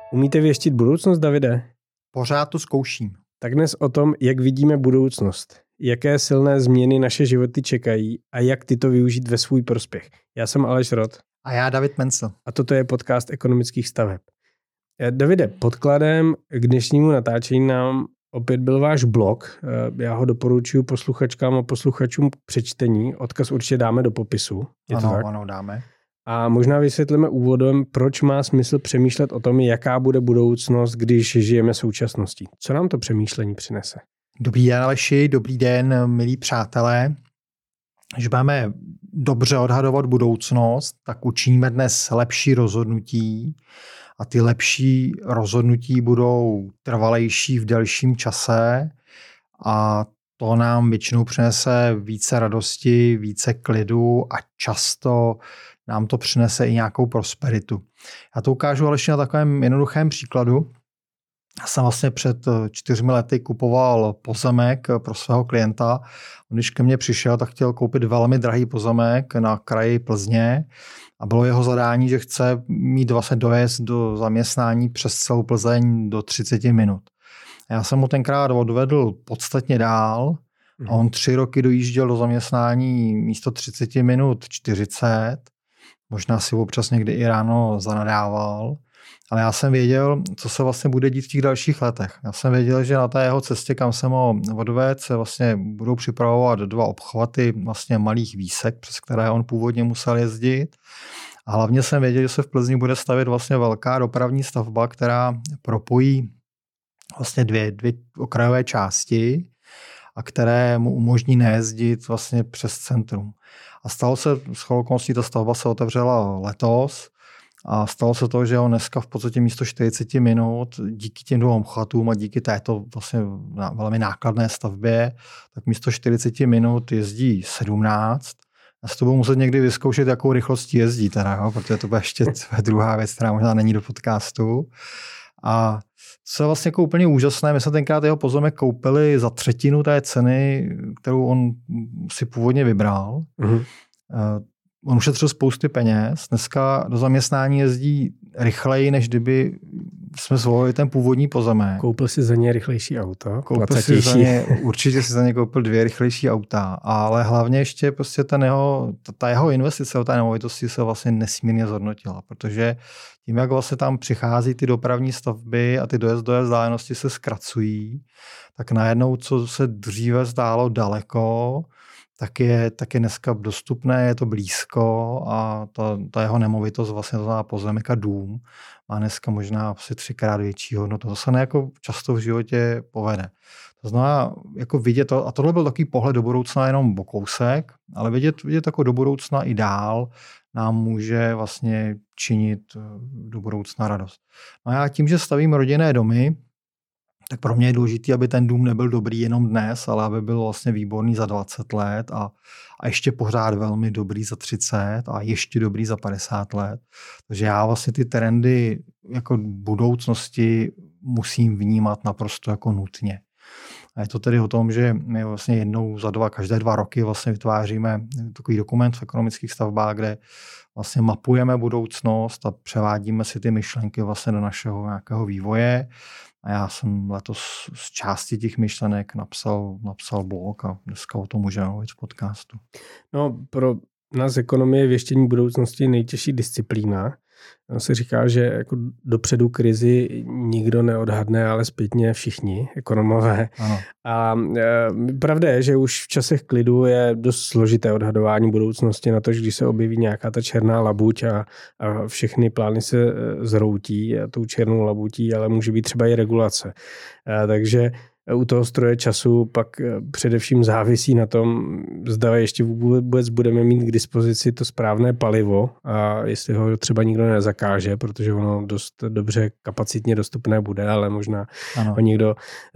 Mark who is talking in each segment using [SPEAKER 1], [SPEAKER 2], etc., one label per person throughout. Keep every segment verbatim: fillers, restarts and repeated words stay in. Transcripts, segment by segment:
[SPEAKER 1] Umíte věštit budoucnost, Davide?
[SPEAKER 2] Pořád to zkouším.
[SPEAKER 1] Tak dnes o tom, jak vidíme budoucnost, jaké silné změny naše životy čekají a jak tyto využít ve svůj prospěch. Já jsem Aleš Rod.
[SPEAKER 2] A já David Mencel.
[SPEAKER 1] A toto je podcast ekonomických staveb. Davide, podkladem k dnešnímu natáčení nám opět byl váš blog. Já ho doporučuji posluchačkám a posluchačům k přečtení. Odkaz určitě dáme do popisu. Je
[SPEAKER 2] ano,
[SPEAKER 1] to tak?
[SPEAKER 2] ano, dáme.
[SPEAKER 1] A možná vysvětlíme úvodem, proč má smysl přemýšlet o tom, jaká bude budoucnost, když žijeme současností. Co nám to přemýšlení přinese?
[SPEAKER 2] Dobrý den, Aleši, dobrý den, milí přátelé. Když máme dobře odhadovat budoucnost, tak učiníme dnes lepší rozhodnutí a ty lepší rozhodnutí budou trvalejší v delším čase a to nám většinou přinese více radosti, více klidu a často nám to přinese i nějakou prosperitu. Já to ukážu ale ještě na takovém jednoduchém příkladu. Já jsem vlastně před čtyřmi lety kupoval pozemek pro svého klienta. On když ke mně přišel, tak chtěl koupit velmi drahý pozemek na kraji Plzně a bylo jeho zadání, že chce mít vlastně dojezd do zaměstnání přes celou Plzeň do třicet minut. A já jsem mu tenkrát odvedl podstatně dál a on tři roky dojížděl do zaměstnání místo třicet minut čtyřicet. Možná si občas někdy i ráno zanadával. Ale já jsem věděl, co se vlastně bude dít v těch dalších letech. Já jsem věděl, že na té jeho cestě, kam jsem ho odvedl, se vlastně budou připravovat dva obchvaty vlastně malých výsek, přes které on původně musel jezdit. A hlavně jsem věděl, že se v Plzni bude stavět vlastně velká dopravní stavba, která propojí vlastně dvě, dvě okrajové části a které mu umožní nejezdit vlastně přes centrum. A stalo se, shodou okolností, ta stavba se otevřela letos a stalo se to, že on dneska v podstatě místo čtyřicet minut díky těm dvou obchvatům a díky této vlastně velmi nákladné stavbě, tak místo čtyřicet minut jezdí sedmnáct. Já si to budu muset někdy vyzkoušet, jakou rychlostí jezdí teda, jo? Protože to bude ještě druhá věc, která možná není do podcastu. A co je vlastně jako úplně úžasné, my jsme tenkrát jeho pozemek koupili za třetinu té ceny, kterou on si původně vybral. Mm-hmm. On ušetřil spousty peněz. Dneska do zaměstnání jezdí rychleji, než kdyby jsme zvolili ten původní pozemek.
[SPEAKER 1] Koupil si za ně rychlejší auto?
[SPEAKER 2] Koupil si za ně, určitě si za ně koupil dvě rychlejší auta, ale hlavně ještě prostě ten jeho, ta, ta jeho investice o té nemovitosti se vlastně nesmírně zhodnotila, protože tím, jak vlastně tam přichází ty dopravní stavby a ty dojezdové vzdálenosti se zkracují, tak najednou, co se dříve zdálo daleko, tak je, tak je dneska dostupné, je to blízko a ta, ta jeho nemovitost, vlastně to znamená pozemek a dům, má dneska možná asi třikrát větší hodnotu. To se nejako často v životě povede. To znamená jako vidět to, a tohle byl takový pohled do budoucna jenom o kousek, ale vidět, vidět jako do budoucna i dál nám může vlastně činit do budoucna radost. No a já tím, že stavím rodinné domy, tak pro mě je důležité, aby ten dům nebyl dobrý jenom dnes, ale aby byl vlastně výborný za dvacet let a, a ještě pořád velmi dobrý za třicet a ještě dobrý za padesát let. Takže já vlastně ty trendy jako budoucnosti musím vnímat naprosto jako nutně. A je to tedy o tom, že my vlastně jednou za dva, každé dva roky vlastně vytváříme takový dokument v ekonomických stavbách, kde vlastně mapujeme budoucnost a převádíme si ty myšlenky vlastně do našeho nějakého vývoje. A já jsem letos z části těch myšlenek napsal, napsal blog a dneska o tom můžeme mluvit v podcastu.
[SPEAKER 1] No, pro nás ekonomie je věštění budoucnosti nejtěžší disciplína. On se říká, že jako dopředu krizi nikdo neodhadne, ale zpětně všichni ekonomové. Ano. A e, pravda je, že už v časech klidu je dost složité odhadování budoucnosti na to, že když se objeví nějaká ta černá labuť a, a všechny plány se zroutí a tou černou labutí, ale může být třeba i regulace. E, takže u toho stroje času pak především závisí na tom, zda ještě vůbec budeme mít k dispozici to správné palivo a jestli ho třeba nikdo nezakáže, protože ono dost dobře kapacitně dostupné bude, ale možná ano. ho někdo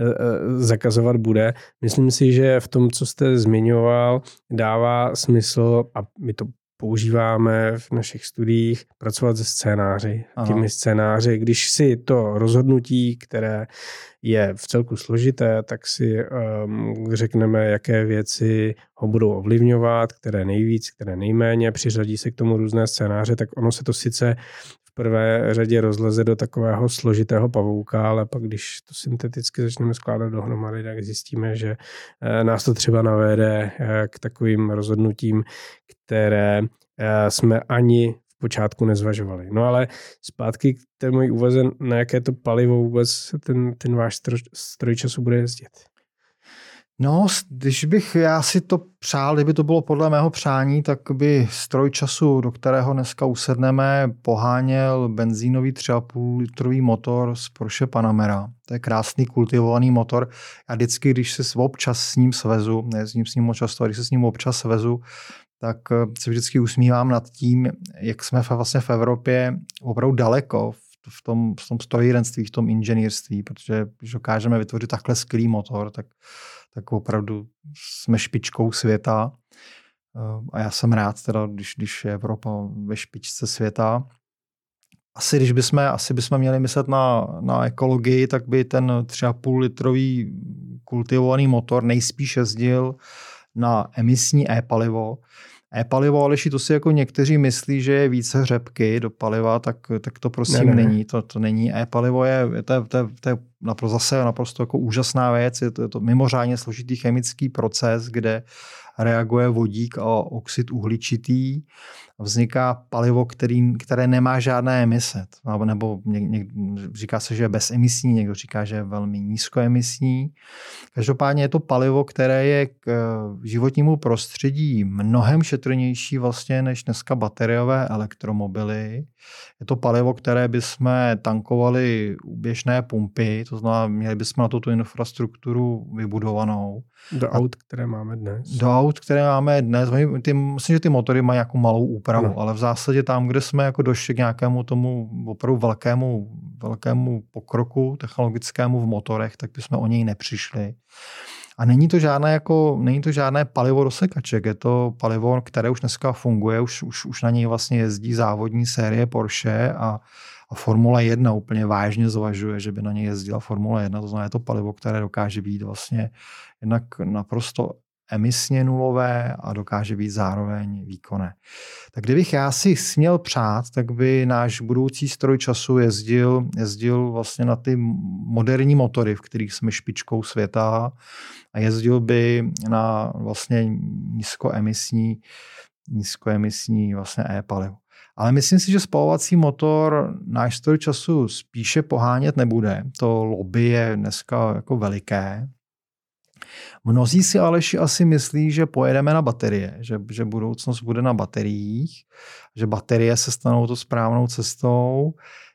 [SPEAKER 1] zakazovat bude. Myslím si, že v tom, co jste zmiňoval, dává smysl, a my to používáme v našich studiích, pracovat se scénáři. Ano. Těmi scénáři, když si to rozhodnutí, které je v celku složité, tak si um, řekneme, jaké věci ho budou ovlivňovat, které nejvíc, které nejméně, přiřadí se k tomu různé scénáře, tak ono se to sice v prvé řadě rozleze do takového složitého pavouka, ale pak, když to synteticky začneme skládat dohromady, tak zjistíme, že nás to třeba navede k takovým rozhodnutím, které jsme ani v počátku nezvažovali. No ale zpátky k té mojí úvaze, na jaké to palivo vůbec ten, ten váš stroj, stroj času bude jezdit.
[SPEAKER 2] No, když bych já si to přál, kdyby to bylo podle mého přání, tak by stroj času, do kterého dneska usedneme, poháněl benzínový tři a půl litrový motor z Porsche Panamera. To je krásný kultivovaný motor. Já vždycky, když se občas s ním svezu, nejezdím s ním moc často, když se s ním občas svezu, tak se vždycky usmívám nad tím, jak jsme vlastně v Evropě opravdu daleko v tom, v tom strojírenství, v tom inženýrství, protože když dokážeme vytvořit takhle skvělý motor, tak tak opravdu jsme špičkou světa. A já jsem rád, teda, když, když je Evropa ve špičce světa. Asi, když bychom, asi bychom měli myslet na, na ekologii, tak by ten tři a půl litrový kultivovaný motor nejspíš jezdil na emisní e-palivo. E-palivo, Aleši, to si jako někteří myslí, že je více řepky do paliva, tak, tak to prosím ne, ne. není. To, to není. E-palivo je, to, to, to je naprosto, zase naprosto jako úžasná věc. Je to, je to mimořádně složitý chemický proces, kde reaguje vodík a oxid uhličitý. Vzniká palivo, který, které nemá žádné emise. Nebo něk, něk, říká se, že je bezemisní, někdo říká, že je velmi nízkoemisní. Každopádně je to palivo, které je k životnímu prostředí mnohem šetrnější vlastně než dneska bateriové elektromobily. Je to palivo, které bychom tankovali u běžné pumpy, to znamená, měli bychom na tuto infrastrukturu vybudovanou.
[SPEAKER 1] Do aut, které máme dnes.
[SPEAKER 2] Do aut, které máme dnes. Ty, myslím, že ty motory mají nějakou malou úpravu, no. Ale v zásadě tam, kde jsme jako došli k nějakému tomu opravdu velkému, velkému pokroku technologickému v motorech, tak bychom o něj nepřišli. A není to žádné, jako, není to žádné palivo do sekaček, je to palivo, které už dneska funguje, už, už, už na něj vlastně jezdí závodní série Porsche a, a Formule jedna úplně vážně zvažuje, že by na něj jezdila Formule jedna, to znamená, je to palivo, které dokáže být vlastně jednak naprosto emisně nulové a dokáže být zároveň výkonné. Tak kdybych já si směl přát, tak by náš budoucí stroj času jezdil, jezdil vlastně na ty moderní motory, v kterých jsme špičkou světa, a jezdil by na vlastně nízkoemisní, nízkoemisní vlastně e-palivo. Ale myslím si, že spalovací motor náš stroj času spíše pohánět nebude. To lobby je dneska jako veliké. Mnozí si Aleši asi myslí, že pojedeme na baterie, že, že budoucnost bude na bateriích, že baterie se stanou to správnou cestou.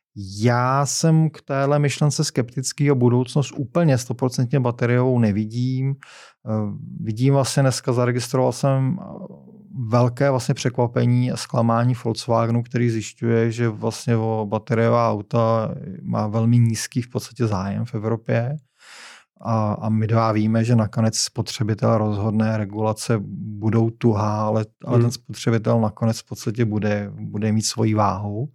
[SPEAKER 2] Já jsem k téhle myšlence skeptický a budoucnost úplně stoprocentně bateriovou nevidím. Vidím vlastně dneska, zaregistroval jsem velké vlastně překvapení a zklamání Volkswagenu, který zjišťuje, že vlastně o bateriová auta má velmi nízký v podstatě zájem v Evropě. A, a my dva víme, že nakonec spotřebitel rozhodne, regulace budou tuhá, ale, ale hmm. ten spotřebitel nakonec v podstatě bude, bude mít svoji váhu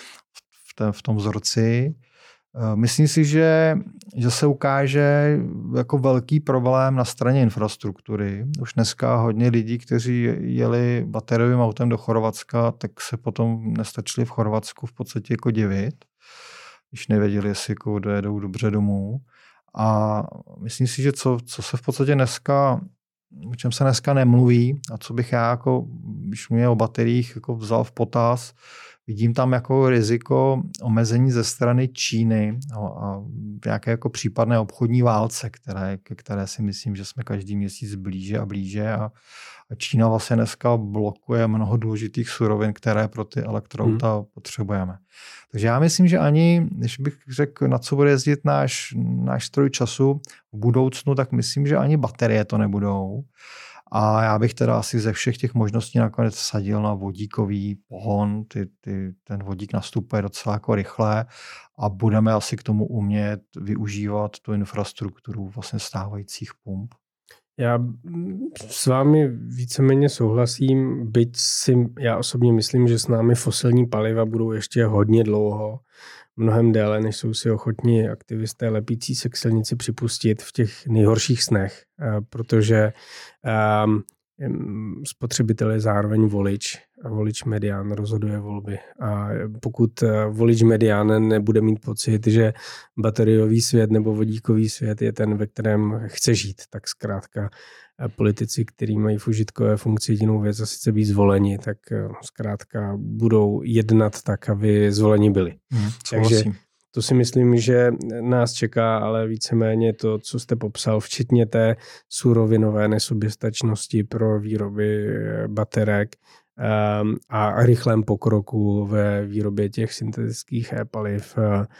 [SPEAKER 2] v, té, v tom vzorci. Myslím si, že, že se ukáže jako velký problém na straně infrastruktury. Už dneska hodně lidí, kteří jeli bateriovým autem do Chorvatska, tak se potom nestačili v Chorvatsku v podstatě jako divit, když nevěděli, jestli jako dojedou dobře domů. A myslím si, že co, co se v podstatě dneska, o čem se dneska nemluví a co bych já, jako, když mě o bateriích jako vzal v potaz, vidím tam jako riziko omezení ze strany Číny a, a nějaké jako případné obchodní válce, které, ke které si myslím, že jsme každý měsíc blíže a blíže. A, a Čína vlastně dneska blokuje mnoho důležitých surovin, které pro ty elektroauta hmm. potřebujeme. Takže já myslím, že ani, když bych řekl, na co bude jezdit náš, náš stroj času v budoucnu, tak myslím, že ani baterie to nebudou. A já bych teda asi ze všech těch možností nakonec vsadil na vodíkový pohon. Ty, ty, ten vodík nastupuje docela jako rychle a budeme asi k tomu umět využívat tu infrastrukturu vlastně stávajících pump.
[SPEAKER 1] Já s vámi víceméně souhlasím, byť si já osobně myslím, že s námi fosilní paliva budou ještě hodně dlouho, mnohem déle, než jsou si ochotní aktivisté lepící se k silnici připustit v těch nejhorších snech, protože spotřebitel je zároveň volič a volič medián rozhoduje volby. A pokud volič medián nebude mít pocit, že bateriový svět nebo vodíkový svět je ten, ve kterém chce žít, tak zkrátka politici, kteří mají v užitkové funkci jedinou věc a sice být zvoleni, tak zkrátka budou jednat tak, aby zvoleni byli.
[SPEAKER 2] Hmm,
[SPEAKER 1] Takže to si myslím, že nás čeká, ale víceméně to, co jste popsal, včetně té surovinové nesoběstačnosti pro výroby baterek a rychlém pokroku ve výrobě těch syntetických paliv,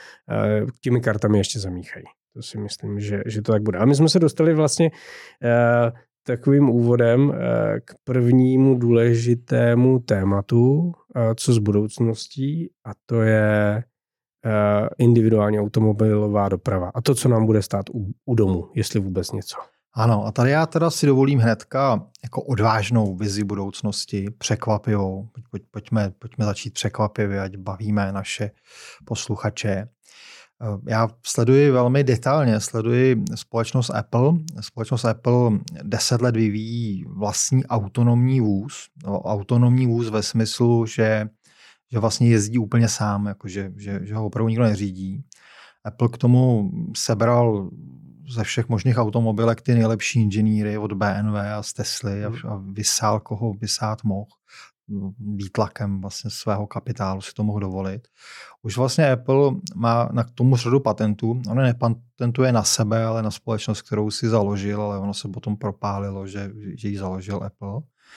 [SPEAKER 1] těmi kartami ještě zamíchají. To si myslím, že, že to tak bude. A my jsme se dostali vlastně takovým úvodem k prvnímu důležitému tématu, co s budoucností, a to je individuální automobilová doprava. A to, co nám bude stát u, u domu, jestli vůbec něco.
[SPEAKER 2] Ano, a tady já teda si dovolím hnedka jako odvážnou vizi budoucnosti, překvapivou. Pojď, pojďme, pojďme začít překvapivě, ať bavíme naše posluchače. Já sleduji velmi detailně, sleduji společnost Apple. Společnost Apple deset let vyvíjí vlastní autonomní vůz. Autonomní vůz ve smyslu, že že vlastně jezdí úplně sám, jakože, že, že ho opravdu nikdo neřídí. Apple k tomu sebral ze všech možných automobilek ty nejlepší inženýry od bé em vé a z Tesly a, a vysál, koho vysát mohl. Výtlakem vlastně svého kapitálu si to mohl dovolit. Už vlastně Apple má na tomu řadu patentů. On nepatentuje na sebe, ale na společnost, kterou si založil, ale ono se potom propálilo, že, že ji založil Apple.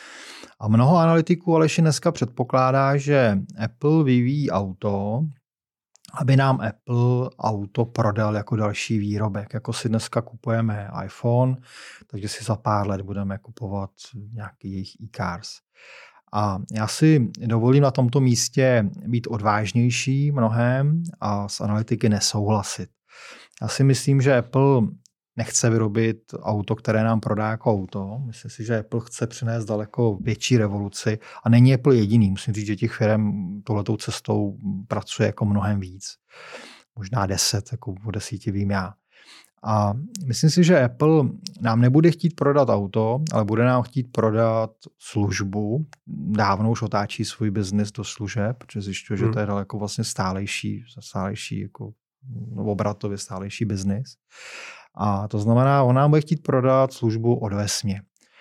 [SPEAKER 2] A mnoho analytiků Aleši dneska předpokládá, že Apple vyvíjí auto, aby nám Apple auto prodal jako další výrobek. Jako si dneska kupujeme iPhone, takže si za pár let budeme kupovat nějaký jejich e-cars. A já si dovolím na tomto místě být odvážnější mnohem a s analytiky nesouhlasit. Já si myslím, že Apple nechce vyrobit auto, které nám prodá jako auto. Myslím si, že Apple chce přinést daleko větší revoluci. A není Apple jediný. Musím říct, že těch firm touhletou cestou pracuje jako mnohem víc. Možná deset, jako o desíti vím já. A myslím si, že Apple nám nebude chtít prodat auto, ale bude nám chtít prodat službu. Dávno už otáčí svůj biznis do služeb, protože zjišťuje, hmm. že to je daleko vlastně stálejší, stálejší jako obratově stálejší biznis. A to znamená, on nám bude chtít prodat službu od vesmě.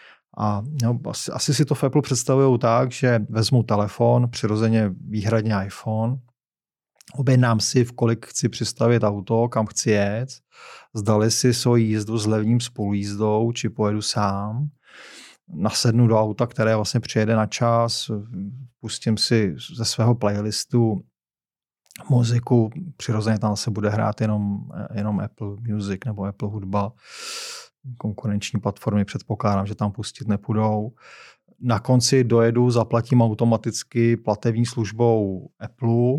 [SPEAKER 2] A no, asi, asi si to v Apple představují tak, že vezmu telefon, přirozeně výhradně iPhone, objednám si, v kolik chci přistavit auto, kam chci jet, zdali si svoji jízdu s levním spolujízdou, či pojedu sám, nasednu do auta, které vlastně přijede na čas, pustím si ze svého playlistu muziku, přirozeně tam se bude hrát jenom, jenom Apple Music nebo Apple hudba. Konkurenční platformy předpokládám, že tam pustit nepůjdou. Na konci dojedu, zaplatím automaticky platební službou Apple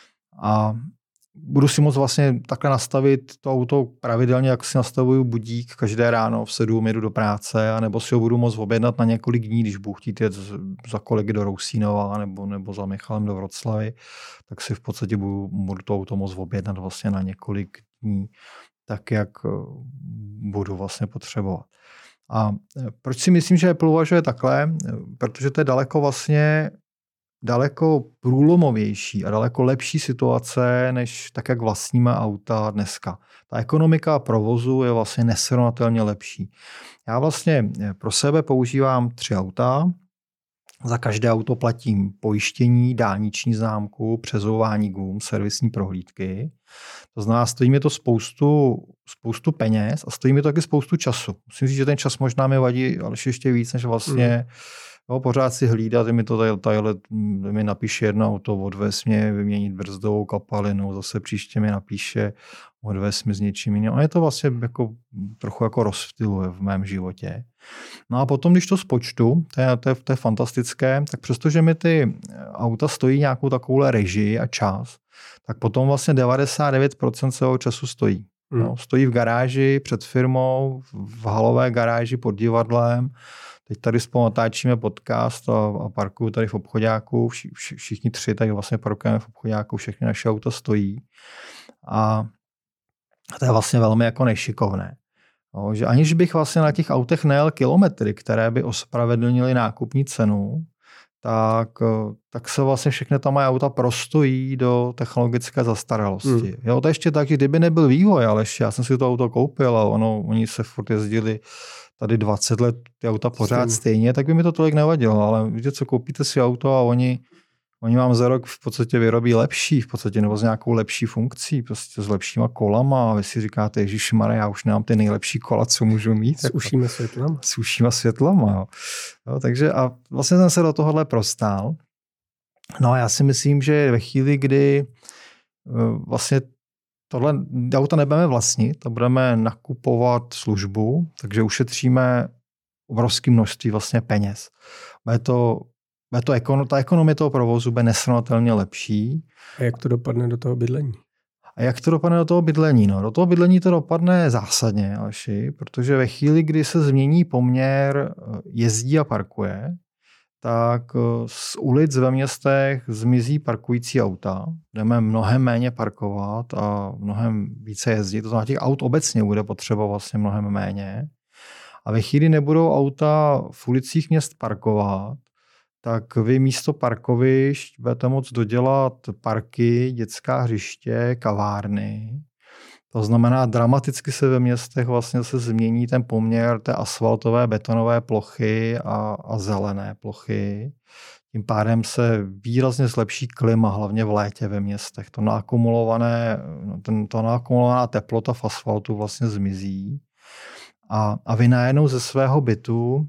[SPEAKER 2] a budu si moct vlastně takhle nastavit to auto pravidelně, jak si nastavuju budík každé ráno v sedm jedu do práce, anebo si ho budu moct objednat na několik dní, když budu chtít jet za kolegy do Rousínova nebo, nebo za Michalem do Vroclavy, tak si v podstatě budu, budu to auto moct objednat vlastně na několik dní, tak jak budu vlastně potřebovat. A proč si myslím, že Apple uvažuje takhle? Protože to je daleko vlastně daleko průlomovější a daleko lepší situace, než tak, jak vlastníme auta dneska. Ta ekonomika provozu je vlastně nesrovnatelně lepší. Já vlastně pro sebe používám tři auta. Za každé auto platím pojištění, dálniční známku, přezouvání gum, servisní prohlídky. To znamená, stojí mi to spoustu, spoustu peněz a stojí mi to taky spoustu času. Musím říct, že ten čas možná mi vadí, ale ještě víc, než vlastně mm. No, pořád si hlídat, mi to tady, tady mi napíše jedno auto, odvez mě vyměnit brzdovou kapalinu, zase příště mi napíše, odvez mi s něčím jiným. A je to vlastně jako, trochu jako rozptyluje v mém životě. No a potom, když to spočtu, to je, to je, to je fantastické, tak přestože mi ty auta stojí nějakou takovou režii a čas, tak potom vlastně devadesát devět procent svého času stojí. Hmm. No, stojí v garáži před firmou, v halové garáži pod divadlem. Teď tady spolu natáčíme podcast a, a parkuju tady v obchoďáku. Vši, vši, všichni tři tady vlastně parkujeme v obchoďáku, všechny naše auta stojí. A to je vlastně velmi jako nešikovné. Jo, že aniž bych vlastně na těch autech nejel kilometry, které by ospravedlnily nákupní cenu, tak, tak se vlastně všechny ta moje auta prostojí do technologické zastaralosti. Hmm. Jo, to ještě tak, že kdyby nebyl vývoj, ale já jsem si to auto koupil a ono, oni se furt jezdili tady dvacet let, ty auta pořád stejně, stejně tak by mi to tolik nevadilo, ale víte co, koupíte si auto a oni Oni vám za rok v podstatě vyrobí lepší, v podstatě nebo s nějakou lepší funkcí, prostě s lepšíma kolama a vy si říkáte, ježišmarja, já už nemám ty nejlepší kola, co můžu mít.
[SPEAKER 1] S ušíma světlama.
[SPEAKER 2] S ušíma světlama, jo. Jo, takže a vlastně jsem se do tohohle prostál. No a já si myslím, že ve chvíli, kdy vlastně tohle auto nebudeme vlastnit a budeme nakupovat službu, takže ušetříme obrovské množství vlastně peněz. Bude to To, ta ekonomie toho provozu bude nesrovnatelně lepší.
[SPEAKER 1] A jak to dopadne do toho bydlení?
[SPEAKER 2] A jak to dopadne do toho bydlení? No, do toho bydlení to dopadne zásadně, Aleši, protože ve chvíli, kdy se změní poměr jezdí a parkuje, tak z ulic ve městech zmizí parkující auta. Budeme mnohem méně parkovat a mnohem více jezdit. To znamená, těch aut obecně bude potřeba vlastně mnohem méně. A ve chvíli nebudou auta v ulicích měst parkovat, tak vy místo parkovišť budete moct dodělat parky, dětská hřiště, kavárny. To znamená, dramaticky se ve městech vlastně se změní ten poměr té asfaltové, betonové plochy a, a zelené plochy. Tím pádem se výrazně zlepší klima, hlavně v létě ve městech. To naakumulované, ten, to naakumulovaná teplota v asfaltu vlastně zmizí. A, a vy najednou ze svého bytu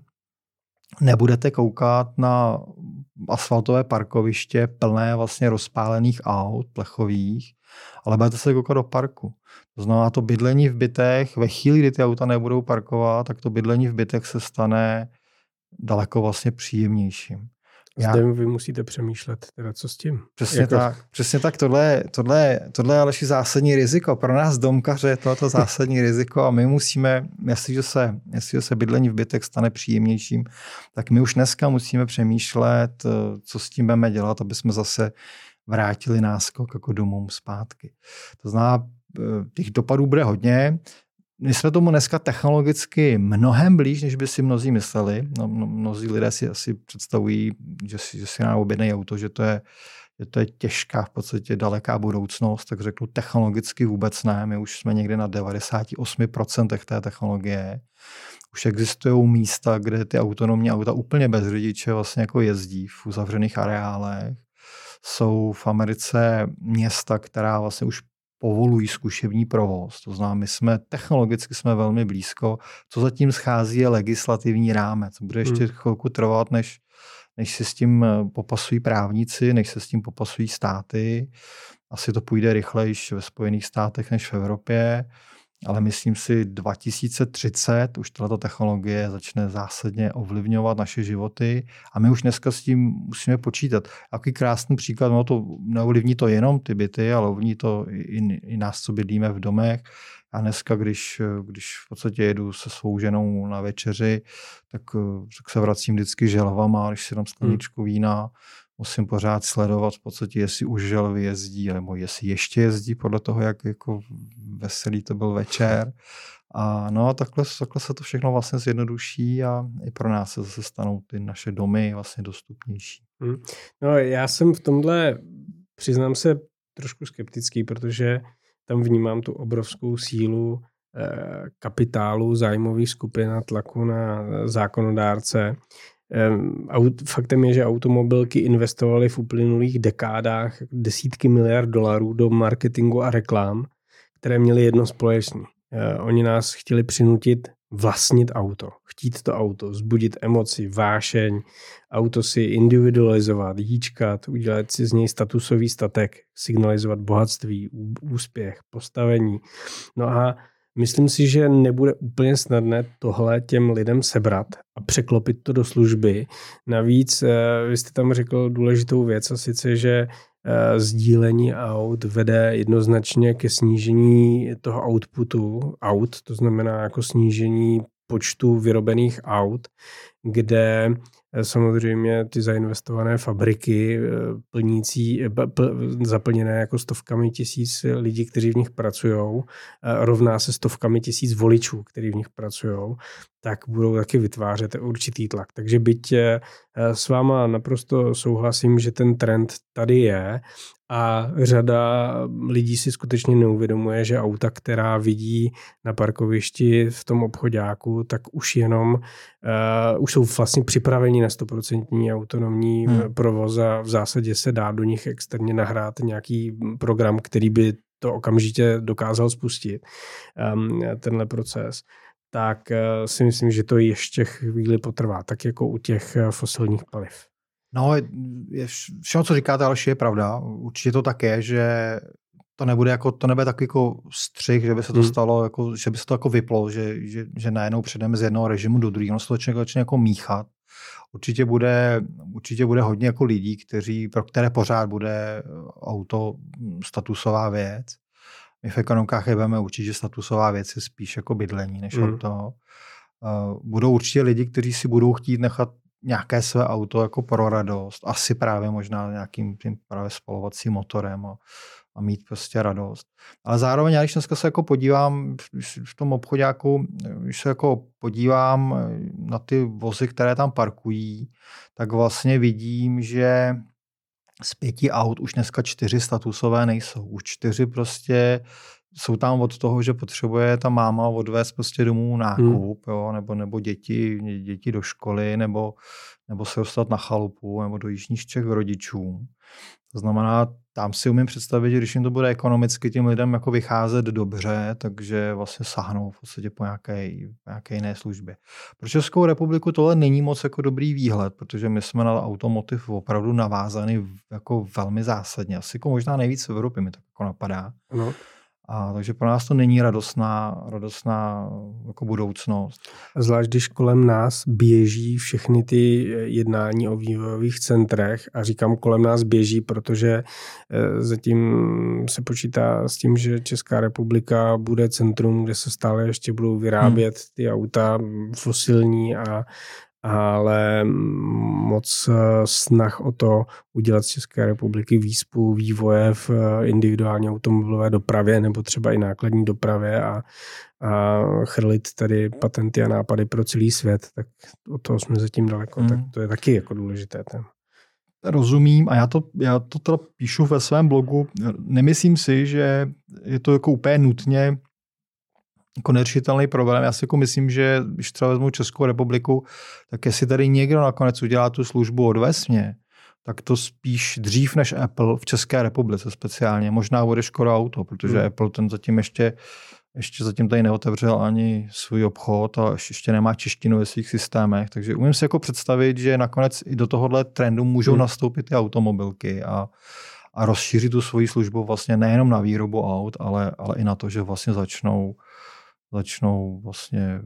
[SPEAKER 2] nebudete koukat na asfaltové parkoviště plné vlastně rozpálených aut plechových, ale budete se koukat do parku. To znamená, to bydlení v bytech, ve chvíli, kdy ty auta nebudou parkovat, tak to bydlení v bytech se stane daleko vlastně příjemnějším.
[SPEAKER 1] Já... Zde vy musíte přemýšlet, teda co s tím.
[SPEAKER 2] Přesně jako... tak, přesně tak, tohle, tohle, tohle je ale zásadní riziko. Pro nás domkaře je tohleto zásadní riziko a my musíme, jestliže se, jestliže se bydlení v bytech stane příjemnějším, tak my už dneska musíme přemýšlet, co s tím budeme dělat, aby jsme zase vrátili náskok jako domům zpátky. To znamená, těch dopadů bude hodně. My jsme tomu dneska technologicky mnohem blíž, než by si mnozí mysleli. No, mnozí lidé si asi představují, že si, že si na objednají auto, že to, je, že to je těžká, v podstatě daleká budoucnost, tak řeknu technologicky vůbec ne. My už jsme někde na devadesát osm procent té technologie. Už existují místa, kde ty autonomní auta úplně bez řidiče vlastně jako jezdí v uzavřených areálech. Jsou v Americe města, která vlastně už povolují zkušební provoz. To znamená, my jsme technologicky jsme velmi blízko. Co zatím schází je legislativní rámec. Bude ještě hmm. chvilku trvat, než, než si s tím popasují právníci, než se s tím popasují státy. Asi to půjde rychlejš ve Spojených státech než v Evropě, ale myslím si dva tisíce třicet už tato technologie začne zásadně ovlivňovat naše životy a my už dneska s tím musíme počítat. Jaký krásný příklad, no to neovlivní to jenom ty byty, ale ovlivní to i, i nás, co bydlíme v domech. A dneska, když, když v podstatě jedu se svou ženou na večeři, tak, tak se vracím vždycky želvama, když si dám skleničku vína, musím pořád sledovat v podstatě, jestli už želvy jezdí, nebo jestli ještě jezdí podle toho, jak jako veselý to byl večer. A no a takhle, takhle se to všechno vlastně zjednoduší a i pro nás se zase stanou ty naše domy vlastně dostupnější.
[SPEAKER 1] Hmm. No já jsem v tomhle, přiznám se, trošku skeptický, protože tam vnímám tu obrovskou sílu eh, kapitálu, zájmových skupin a tlaku na zákonodárce. Faktem je, že automobilky investovaly v uplynulých dekádách desítky miliard dolarů do marketingu a reklám, které měly jedno společné. Oni nás chtěli přinutit vlastnit auto, chtít to auto, vzbudit emoci, vášeň, auto si individualizovat, hýčkat, udělat si z něj statusový statek, signalizovat bohatství, úspěch, postavení. No a myslím si, že nebude úplně snadné tohle těm lidem sebrat a překlopit to do služby. Navíc vy jste tam řekl důležitou věc, a sice, že sdílení aut vede jednoznačně ke snížení toho outputu aut, to znamená jako snížení počtu vyrobených aut. kde samozřejmě ty zainvestované fabriky plnící, zaplněné jako stovkami tisíc lidí, kteří v nich pracují, rovná se stovkami tisíc voličů, kteří v nich pracují, tak budou taky vytvářet určitý tlak. Takže byť s váma naprosto souhlasím, že ten trend tady je a řada lidí si skutečně neuvědomuje, že auta, která vidí na parkovišti v tom obchodáku, tak už jenom uh, už jsou vlastně připraveni na sto procent autonomní hmm. provoz a v zásadě se dá do nich externě nahrát nějaký program, který by to okamžitě dokázal spustit, um, tenhle proces. Tak uh, si myslím, že to ještě chvíli potrvá, tak jako u těch fosilních paliv.
[SPEAKER 2] No, je, všechno, co říkáte, ale je pravda. Určitě to tak je, že to nebude jako, to nebude takový jako střih, že by se to hmm. stalo, jako, že by se to jako vyplo, že, že, že najednou přejdeme z jednoho režimu do druhého. Ono se to začne, začne jako míchat. Určitě bude, určitě bude hodně jako lidí, kteří, pro které pořád bude auto statusová věc. My v ekonomkách jebeme určitě, že statusová věc je spíš jako bydlení než hmm. auto. Budou určitě lidi, kteří si budou chtít nechat nějaké své auto jako pro radost. Asi právě možná nějakým tím právě spalovacím motorem a, a mít prostě radost. Ale zároveň, já když dneska se jako podívám v tom obchodáku, když se jako podívám na ty vozy, které tam parkují, tak vlastně vidím, že z pěti aut už dneska čtyři statusové nejsou. Už čtyři prostě jsou tam od toho, že potřebuje ta máma odvést prostě domů nákup, hmm. jo, nebo, nebo děti, děti do školy, nebo, nebo se dostat na chalupu, nebo do jižních Čech k rodičům. To znamená, tam si umím představit, že když jim to bude ekonomicky těm lidem jako vycházet dobře, takže vlastně sahnou v podstatě po nějaké, nějaké jiné službě. Pro Českou republiku tohle není moc jako dobrý výhled, protože my jsme na automotiv opravdu navázaný jako velmi zásadně. Asi jako možná nejvíc v Evropě mi to jako napadá. No. A takže pro nás to není radostná, radostná jako budoucnost.
[SPEAKER 1] Zvlášť, když kolem nás běží všechny ty jednání o vývojových centrech a říkám kolem nás běží, protože zatím se počítá s tím, že Česká republika bude centrum, kde se stále ještě budou vyrábět ty auta fosilní a ale moc snah o to udělat z České republiky výspu vývoje v individuální automobilové dopravě nebo třeba i nákladní dopravě a, a chrlit tady patenty a nápady pro celý svět, tak od toho jsme zatím daleko, hmm. tak to je taky jako důležité téma.
[SPEAKER 2] Rozumím a já to, já to teda píšu ve svém blogu. Nemyslím si, že je to jako úplně nutně jako neřešitelný problém. Já si jako myslím, že když třeba vezmu Českou republiku, tak jestli tady někdo nakonec udělá tu službu odvesně, tak to spíš dřív než Apple v České republice speciálně. Možná bude Škoda Auto, protože hmm. Apple ten zatím ještě, ještě zatím tady neotevřel ani svůj obchod a ještě nemá češtinu ve svých systémech. Takže umím si jako představit, že nakonec i do tohohle trendu můžou hmm. nastoupit ty automobilky a a rozšířit tu svoji službu vlastně nejenom na výrobu aut, ale, ale i na to, že vlastně začnou začnou vlastně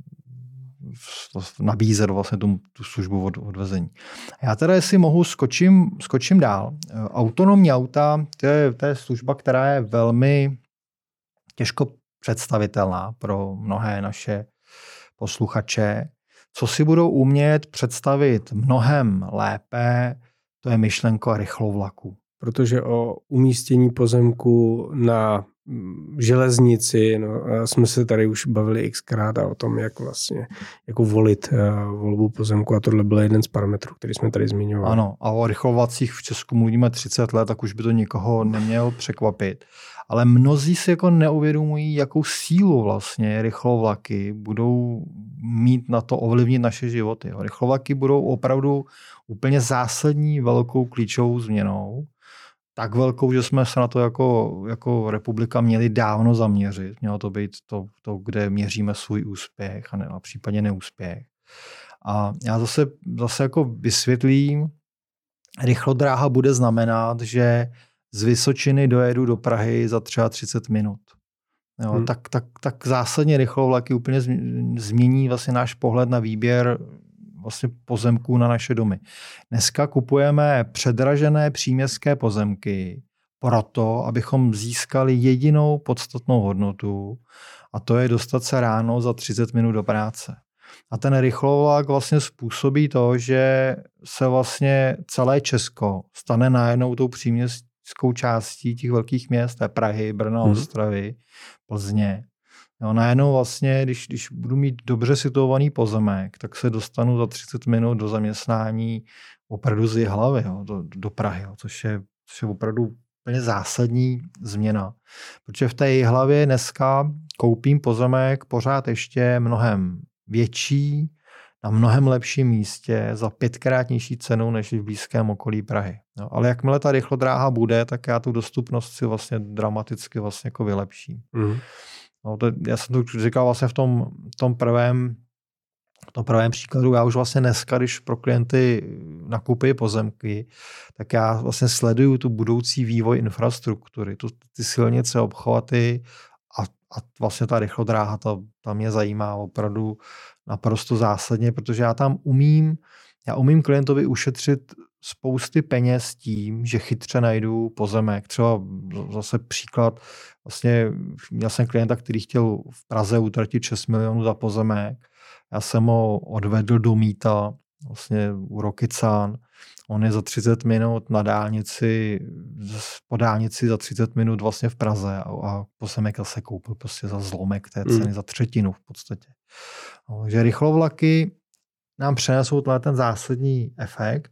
[SPEAKER 2] nabízet vlastně tu, tu službu od, odvezení. Já teda, jestli mohu, skočím, skočím dál. Autonomní auta, to je, to je služba, která je velmi těžko představitelná pro mnohé naše posluchače. Co si budou umět představit mnohem lépe, to je myšlenka rychlovlaku.
[SPEAKER 1] Protože o umístění pozemku na železnici, no, jsme se tady už bavili xkrát a o tom, jak vlastně jako volit uh, volbu pozemku a tohle byl jeden z parametrů, který jsme tady zmiňovali.
[SPEAKER 2] Ano, a o rychlovlacích v Česku mluvíme třicet let, tak už by to nikoho nemělo překvapit. Ale mnozí si jako neuvědomují, jakou sílu vlastně rychlovlaky budou mít na to ovlivnit naše životy. Rychlovlaky budou opravdu úplně zásadní velkou klíčovou změnou. Tak velkou, že jsme se na to jako, jako republika měli dávno zaměřit. Mělo to být to, to kde měříme svůj úspěch a, ne, a případně neúspěch. A já zase, zase jako vysvětlím, rychlodráha bude znamenat, že z Vysočiny dojedu do Prahy za třeba třicet minut. Jo, hmm. tak, tak, tak zásadně rychlovlaky úplně změní vlastně náš pohled na výběr vlastně pozemků na naše domy. Dneska kupujeme předražené příměstské pozemky proto, abychom získali jedinou podstatnou hodnotu a to je dostat se ráno za třicet minut do práce. A ten rychlovlak vlastně způsobí to, že se vlastně celé Česko stane najednou tou příměstskou částí těch velkých měst, té Prahy, Brna, hmm. Ostravy, Plzně. Jo, najednou vlastně, když, když budu mít dobře situovaný pozemek, tak se dostanu za třicet minut do zaměstnání opravdu z Jihlavy, jo, do, do Prahy, jo, což, je, což je opravdu úplně zásadní změna. Protože v té Jihlavě dneska koupím pozemek pořád ještě mnohem větší, na mnohem lepším místě za pětkrát nižší cenu než v blízkém okolí Prahy. No, ale jakmile ta rychlodráha bude, tak já tu dostupnost si vlastně dramaticky vlastně jako vylepším. Mm. No, to, já jsem to říkal vlastně v tom, tom prvém v tom prvém příkladu, já už vlastně dneska, když pro klienty nakupuji pozemky, tak já vlastně sleduju tu budoucí vývoj infrastruktury, tu, ty silnice, obchvaty a, a vlastně ta rychlodráha, ta, ta mě zajímá opravdu naprosto zásadně, protože já tam umím, já umím klientovi ušetřit spousty peněz tím, že chytře najdu pozemek. Třeba zase příklad, vlastně měl jsem klienta, který chtěl v Praze utratit šest milionů za pozemek. Já jsem ho odvedl do Míta, vlastně u Rokycan. On je za třicet minut na dálnici, po dálnici za třicet minut vlastně v Praze a, a pozemek se koupil prostě za zlomek té ceny, mm. za třetinu v podstatě. Takže rychlovlaky nám přenesou ten zásadní efekt.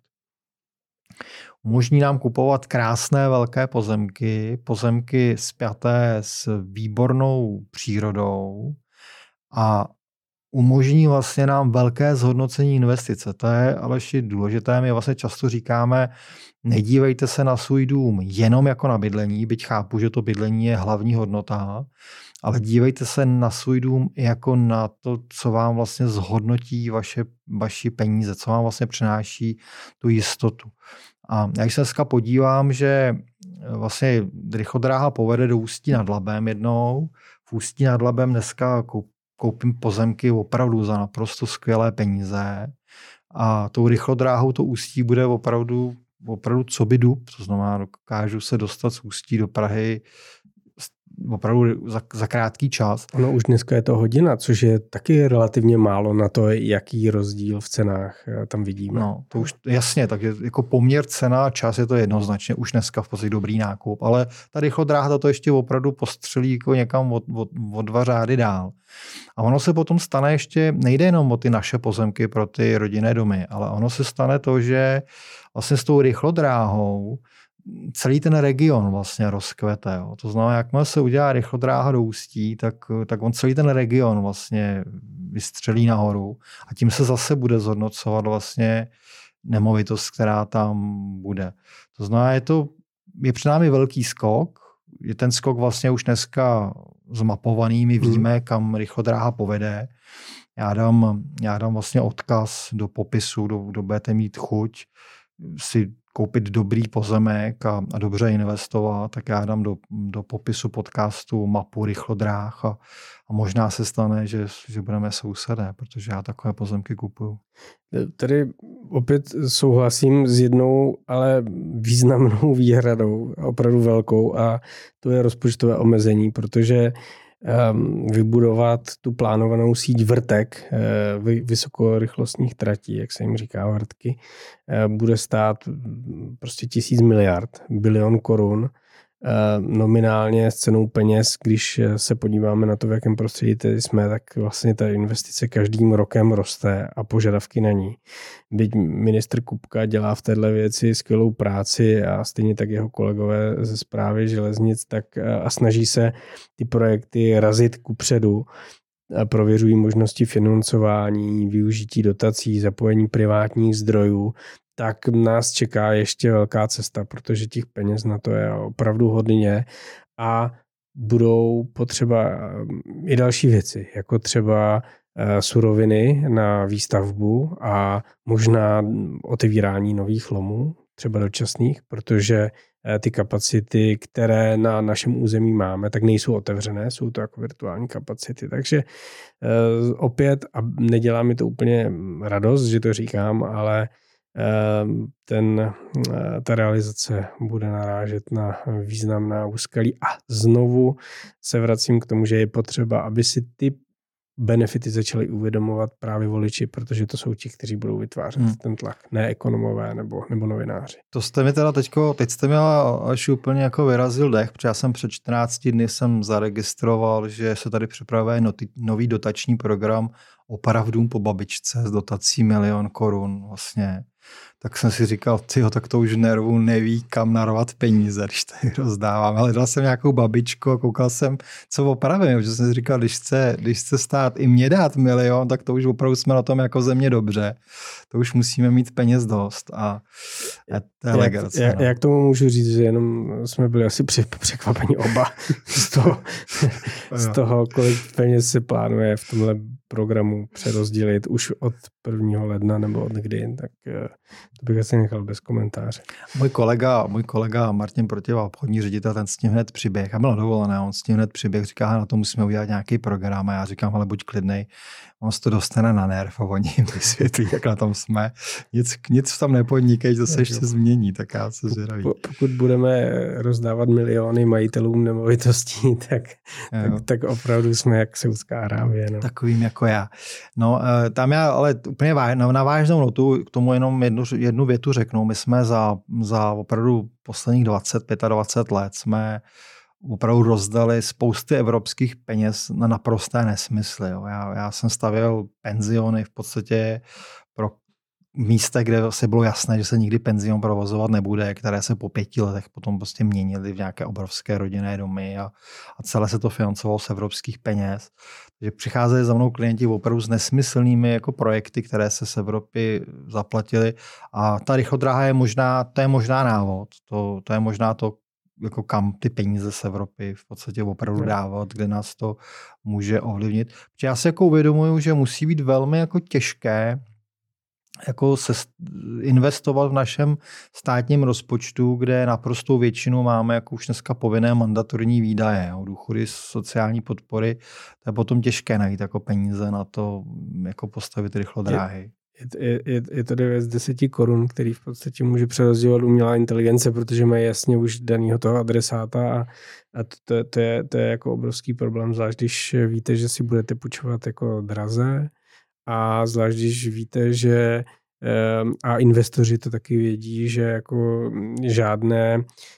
[SPEAKER 2] Umožní nám kupovat krásné velké pozemky, pozemky spjaté s výbornou přírodou a umožní vlastně nám velké zhodnocení investice. To je ale ještě důležité. My vlastně často říkáme, nedívejte se na svůj dům jenom jako na bydlení, byť chápu, že to bydlení je hlavní hodnota, ale dívejte se na svůj dům jako na to, co vám vlastně zhodnotí vaše, vaši peníze, co vám vlastně přináší tu jistotu. A já se dneska podívám, že vlastně rychlodráha povede do Ústí nad Labem jednou. V Ústí nad Labem dneska koupím pozemky opravdu za naprosto skvělé peníze a tou rychlodráhou to Ústí bude opravdu, opravdu co by dub, to znamená, dokážu se dostat z Ústí do Prahy opravdu za, za krátký čas.
[SPEAKER 1] Ono už dneska je to hodina, což je taky relativně málo na to, jaký rozdíl v cenách tam vidíme.
[SPEAKER 2] No, to už jasně, takže jako poměr cena a čas je to jednoznačně už dneska v podstatě dobrý nákup, ale ta rychlodráha to ještě opravdu postřelí jako někam od, od, od dva řády dál. A ono se potom stane ještě, nejde jenom o ty naše pozemky pro ty rodinné domy, ale ono se stane to, že vlastně s tou rychlodráhou celý ten region vlastně rozkvete. Jo. To znamená, jakmile se udělá rychlodráha do Ústí, tak, tak on celý ten region vlastně vystřelí nahoru a tím se zase bude zhodnocovat vlastně nemovitost, která tam bude. To znamená, je to je před námi velký skok, je ten skok vlastně už dneska zmapovaný, my víme, hmm. kam rychlodráha povede. Já dám, já dám vlastně odkaz do popisu, do, do budete mít chuť si koupit dobrý pozemek a, a dobře investovat, tak já dám do, do popisu podcastu mapu rychlodráh a, a možná se stane, že, že budeme sousedé, protože já takové pozemky kupuju.
[SPEAKER 1] Tady opět souhlasím s jednou, ale významnou výhradou, opravdu velkou, a to je rozpočtové omezení, protože vybudovat tu plánovanou síť vrtek, vysokorychlostních tratí, jak se jim říká vrtky, bude stát prostě tisíc miliard, bilion korun nominálně s cenou peněz. Když se podíváme na to, v jakém prostředí tady jsme, tak vlastně ta investice každým rokem roste a požadavky na ní. Byť ministr Kupka dělá v této věci skvělou práci a stejně tak jeho kolegové ze Správy železnic, tak a snaží se ty projekty razit kupředu, a prověřují možnosti financování, využití dotací, zapojení privátních zdrojů, tak nás čeká ještě velká cesta, protože těch peněz na to je opravdu hodně a budou potřeba i další věci, jako třeba suroviny na výstavbu a možná otevírání nových lomů, třeba dočasných, protože ty kapacity, které na našem území máme, tak nejsou otevřené, jsou to jako virtuální kapacity. Takže opět, a nedělá mi to úplně radost, že to říkám, ale ten, ta realizace bude narážet na významná úskalí. A znovu se vracím k tomu, že je potřeba, aby si ty benefity začali uvědomovat právě voliči, protože to jsou ti, kteří budou vytvářet hmm. ten tlak, ne ekonomové nebo, nebo novináři.
[SPEAKER 2] To jste mi teda teďko, teď jste mi až úplně jako vyrazil dech, protože já jsem před čtrnácti dny jsem zaregistroval, že se tady připravuje nový dotační program Opravdům po babičce s dotací milion korun vlastně. Tak jsem si říkal, tyjo, tak to už nervu neví, kam narvat peníze, když tady rozdávám. Ale dal jsem nějakou babičku a koukal jsem, co opravím, že jsem si říkal, když chce, když chce stát i mě dát milion, tak to už opravdu jsme na tom jako země dobře. To už musíme mít peněz dost. A, a to je legrace.
[SPEAKER 1] Jak,
[SPEAKER 2] no.
[SPEAKER 1] jak tomu můžu říct, že jenom jsme byli asi překvapení oba z toho, z toho, kolik peněz se plánuje v tomhle programu přerozdělit už od prvního ledna nebo od kdy, tak to bych asi nechal bez komentáře.
[SPEAKER 2] Můj kolega, můj kolega Martin Protěva, obchodní ředitel, ten s tím hned přiběh a byl dovolený, on s tím hned přiběh, říká, na to musíme udělat nějaký program a já říkám, ale buď klidnej, on se to dostane na nerv a oni jim vysvětlí, jak na tom jsme. Nic, nic tam nepodnikej, to se ještě změní, tak já se zvědavý.
[SPEAKER 1] Pokud budeme rozdávat miliony majitelům nemovitostí, tak, tak, tak opravdu jsme jak Saudská Arábie. No.
[SPEAKER 2] Takovým jako já. No, tam já ale úplně na vážnou notu k tomu jenom jednu, jednu větu řeknu. My jsme za, za opravdu posledních dvacet, dvacet pět let jsme opravdu rozdali spousty evropských peněz na naprosté nesmysly. Jo. Já, já jsem stavěl penziony v podstatě pro místa, kde se bylo jasné, že se nikdy penzion provozovat nebude, které se po pěti letech potom prostě měnily v nějaké obrovské rodinné domy a, a celé se to financovalo z evropských peněz. Takže přicházeli za mnou klienti opravdu s nesmyslnými jako projekty, které se z Evropy zaplatily a ta rychlodráha je možná, to je možná návod, to, to je možná to, jako kam ty peníze z Evropy v podstatě opravdu dávat, kde nás to může ovlivnit. Protože já si jako uvědomuju, že musí být velmi jako těžké jako se investovat v našem státním rozpočtu, kde naprostou většinu máme jako už dneska povinné mandatorní výdaje, jo, důchody, sociální podpory, to je potom těžké najít jako peníze na to, jako postavit rychlodráhy.
[SPEAKER 1] Je, je, je to devět z deseti korun, který v podstatě může přerozdělovat umělá inteligence, protože mají jasně už danýho toho adresáta a, a to, to, to, je, to je jako obrovský problém, zvlášť když víte, že si budete půjčovat jako draze a zvlášť když víte, že a investoři to taky vědí, že jako žádné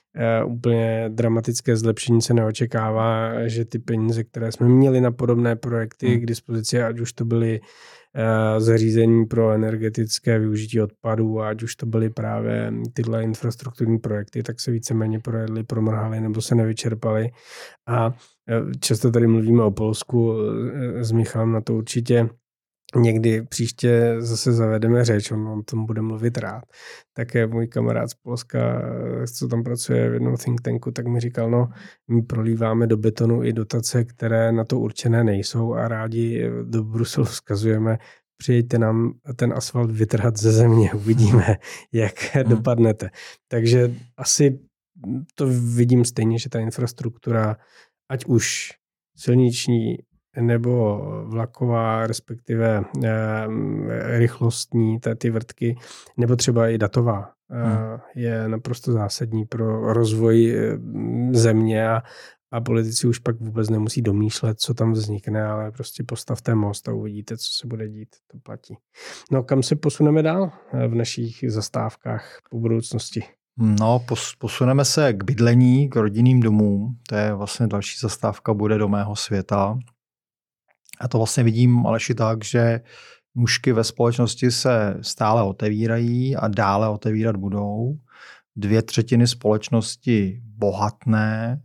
[SPEAKER 1] úplně dramatické zlepšení se neočekává, že ty peníze, které jsme měli na podobné projekty hmm. k dispozici, ať už to byly zařízení pro energetické využití odpadů, ať už to byly právě tyhle infrastrukturní projekty, tak se víceméně projedly, promrhaly nebo se nevyčerpaly. A často tady mluvíme o Polsku, s Michalem na to určitě někdy příště zase zavedeme řeč, on o tom bude mluvit rád. Také můj kamarád z Polska, co tam pracuje v jednom think tanku, tak mi říkal, no, my prolíváme do betonu i dotace, které na to určené nejsou a rádi do Bruselu vzkazujeme, přijďte nám ten asfalt vytrhat ze země, uvidíme, jak hmm. dopadnete. Takže asi to vidím stejně, že ta infrastruktura, ať už silniční, nebo vlaková, respektive eh, rychlostní, ty, ty vrtky, nebo třeba i datová, eh, je naprosto zásadní pro rozvoj eh, země a, a politici už pak vůbec nemusí domýšlet, co tam vznikne, ale prostě postavte most a uvidíte, co se bude dít. To platí. No, kam se posuneme dál v našich zastávkách po budoucnosti?
[SPEAKER 2] No, posuneme se k bydlení, k rodinným domům. To je vlastně další zastávka, bude do mého světa. A to vlastně vidím, Aleši, tak, že nůžky ve společnosti se stále otevírají a dále otevírat budou. Dvě třetiny společnosti bohatné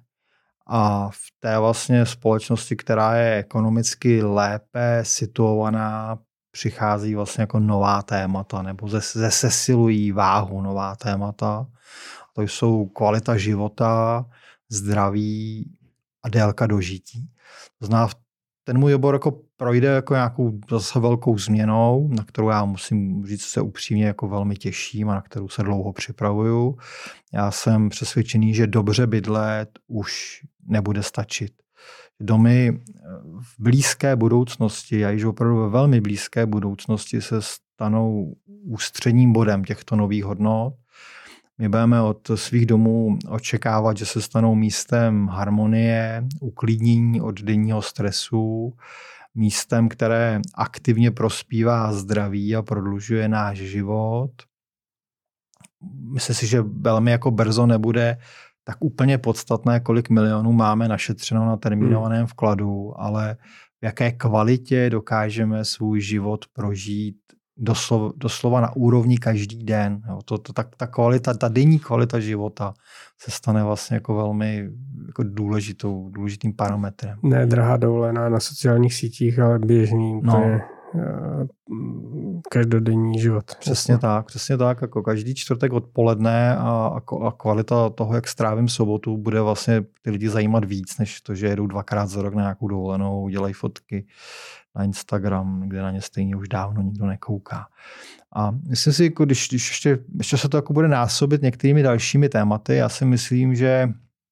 [SPEAKER 2] a v té vlastně společnosti, která je ekonomicky lépe situovaná, přichází vlastně jako nová témata nebo zesilují váhu nová témata. To jsou kvalita života, zdraví a délka dožití. To znamená, ten můj obor jako projde jako nějakou zase velkou změnou, na kterou já musím říct se upřímně jako velmi těším a na kterou se dlouho připravuju. Já jsem přesvědčený, že dobře bydlet už nebude stačit. Domy v blízké budoucnosti, a již opravdu ve velmi blízké budoucnosti se stanou ústředním bodem těchto nových hodnot. My budeme od svých domů očekávat, že se stanou místem harmonie, uklidnění od denního stresu, místem, které aktivně prospívá zdraví a prodlužuje náš život. Myslím si, že velmi jako brzo nebude tak úplně podstatné, kolik milionů máme našetřeno na termínovaném vkladu, ale v jaké kvalitě dokážeme svůj život prožít doslova, doslova na úrovni každý den. Jo, to, to, ta, ta, kvalita, ta denní kvalita života se stane vlastně jako velmi jako důležitou, důležitým parametrem.
[SPEAKER 1] Ne drahá dovolená na sociálních sítích, ale běžný úplně no. každodenní život.
[SPEAKER 2] Přesně tak, přesně tak. Jako každý čtvrtek odpoledne a, a kvalita toho, jak strávím sobotu, bude vlastně ty lidi zajímat víc, než to, že jedou dvakrát za rok na nějakou dovolenou, dělají fotky na Instagram, kde na ně stejně už dávno nikdo nekouká. A myslím si, jako když, když ještě, ještě se to jako bude násobit některými dalšími tématy, já si myslím, že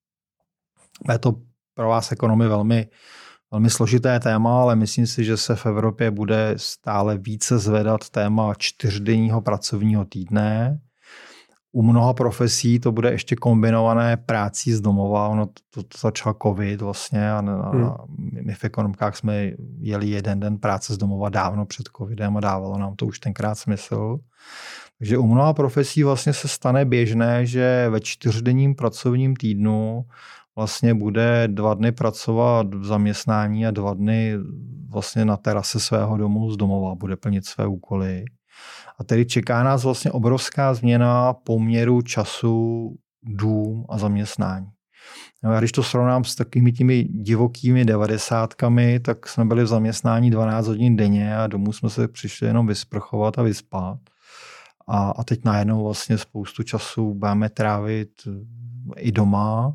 [SPEAKER 2] je to pro vás ekonomy velmi, velmi složité téma, ale myslím si, že se v Evropě bude stále více zvedat téma čtyřdenního pracovního týdne. U mnoha profesí to bude ještě kombinované prácí z domova. Ono to, to, to začal covid vlastně a, a hmm. my v ekonomkách jsme jeli jeden den práce z domova dávno před covidem a dávalo nám to už tenkrát smysl. Takže u mnoha profesí vlastně se stane běžné, že ve čtyřdenním pracovním týdnu vlastně bude dva dny pracovat v zaměstnání a dva dny vlastně na terase svého domu z domova bude plnit své úkoly. A tedy čeká nás vlastně obrovská změna poměru času, dům a zaměstnání. Já když to srovnám s takovými těmi divokými devadesátkami, tak jsme byli v zaměstnání dvanáct hodin denně a domů jsme se přišli jenom vysprchovat a vyspat. A, a teď najednou vlastně spoustu času budeme trávit i doma.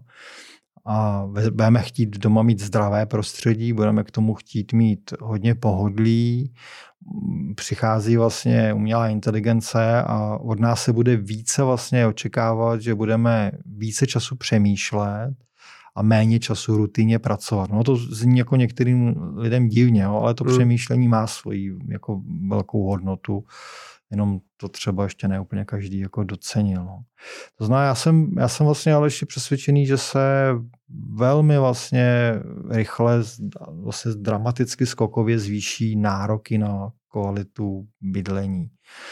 [SPEAKER 2] A budeme chtít doma mít zdravé prostředí, budeme k tomu chtít mít hodně pohodlí, přichází vlastně umělá inteligence a od nás se bude více vlastně očekávat, že budeme více času přemýšlet a méně času rutině pracovat. No to zní jako některým lidem divně, jo, ale to mm. přemýšlení má svoji jako velkou hodnotu. Jenom to třeba ještě ne úplně každý jako docenil. No. To znamená, já jsem, já jsem vlastně ale ještě přesvědčený, že se velmi vlastně rychle, vlastně dramaticky skokově zvýší nároky na kvalitu bydlení.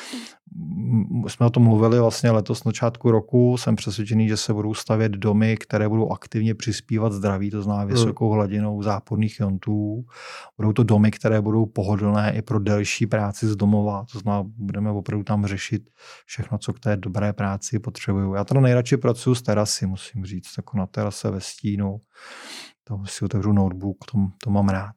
[SPEAKER 2] Jsme o tom mluvili vlastně letos na začátku roku. Jsem přesvědčený, že se budou stavět domy, které budou aktivně přispívat zdraví, to znamená vysokou hladinou záporných iontů. Budou to domy, které budou pohodlné i pro delší práci z domova. To znamená, budeme opravdu tam řešit všechno, co k té dobré práci potřebuju. Já teda nejradši pracuji z terasy, musím říct, jako na terase ve stínu. Tam si otevřu notebook, to, to mám rád.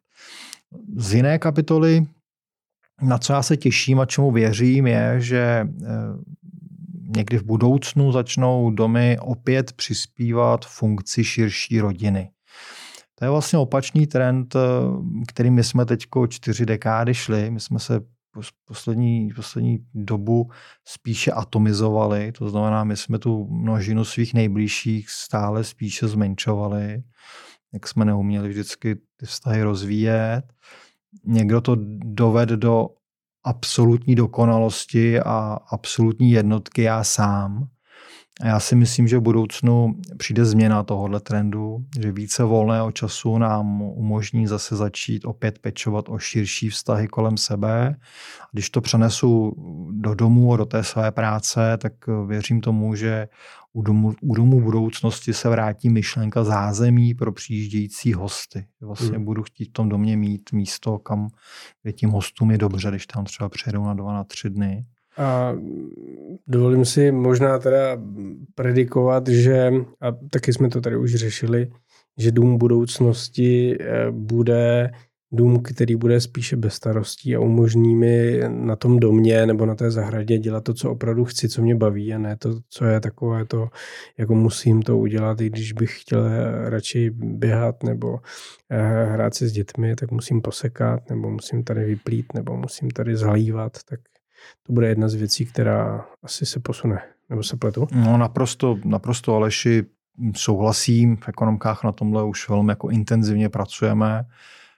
[SPEAKER 2] Z jiné kapitoly, na co já se těším a čemu věřím, je, že někdy v budoucnu začnou domy opět přispívat funkci širší rodiny. To je vlastně opačný trend, kterým my jsme teď čtyři dekády šli. My jsme se poslední, poslední dobu spíše atomizovali. To znamená, my jsme tu množinu svých nejbližších stále spíše zmenšovali, jak jsme neuměli vždycky ty vztahy rozvíjet. Někdo to dovede do absolutní dokonalosti a absolutní jednotky já sám. A já si myslím, že v budoucnu přijde změna tohohle trendu, že více volného času nám umožní zase začít opět pečovat o širší vztahy kolem sebe. Když to přenesu do domu a do té své práce, tak věřím tomu, že u domu, u domu budoucnosti se vrátí myšlenka zázemí pro přijíždějící hosty. Vlastně hmm. budu chtít v tom domě mít místo, kam kde tím hostům je dobře, když tam třeba přijedou na dva, na tři dny.
[SPEAKER 1] A dovolím si možná teda predikovat, že, a taky jsme to tady už řešili, že dům budoucnosti bude dům, který bude spíše bez starostí a umožní mi na tom domě nebo na té zahradě dělat to, co opravdu chci, co mě baví, a ne to, co je takové to, jako musím to udělat, i když bych chtěl radši běhat nebo hrát si s dětmi, tak musím posekat, nebo musím tady vyplít, nebo musím tady zalívat, tak to bude jedna z věcí, která asi se posune. Nebo se pletu?
[SPEAKER 2] No naprosto, naprosto Aleši, souhlasím. V ekonomkách na tomhle už velmi jako intenzivně pracujeme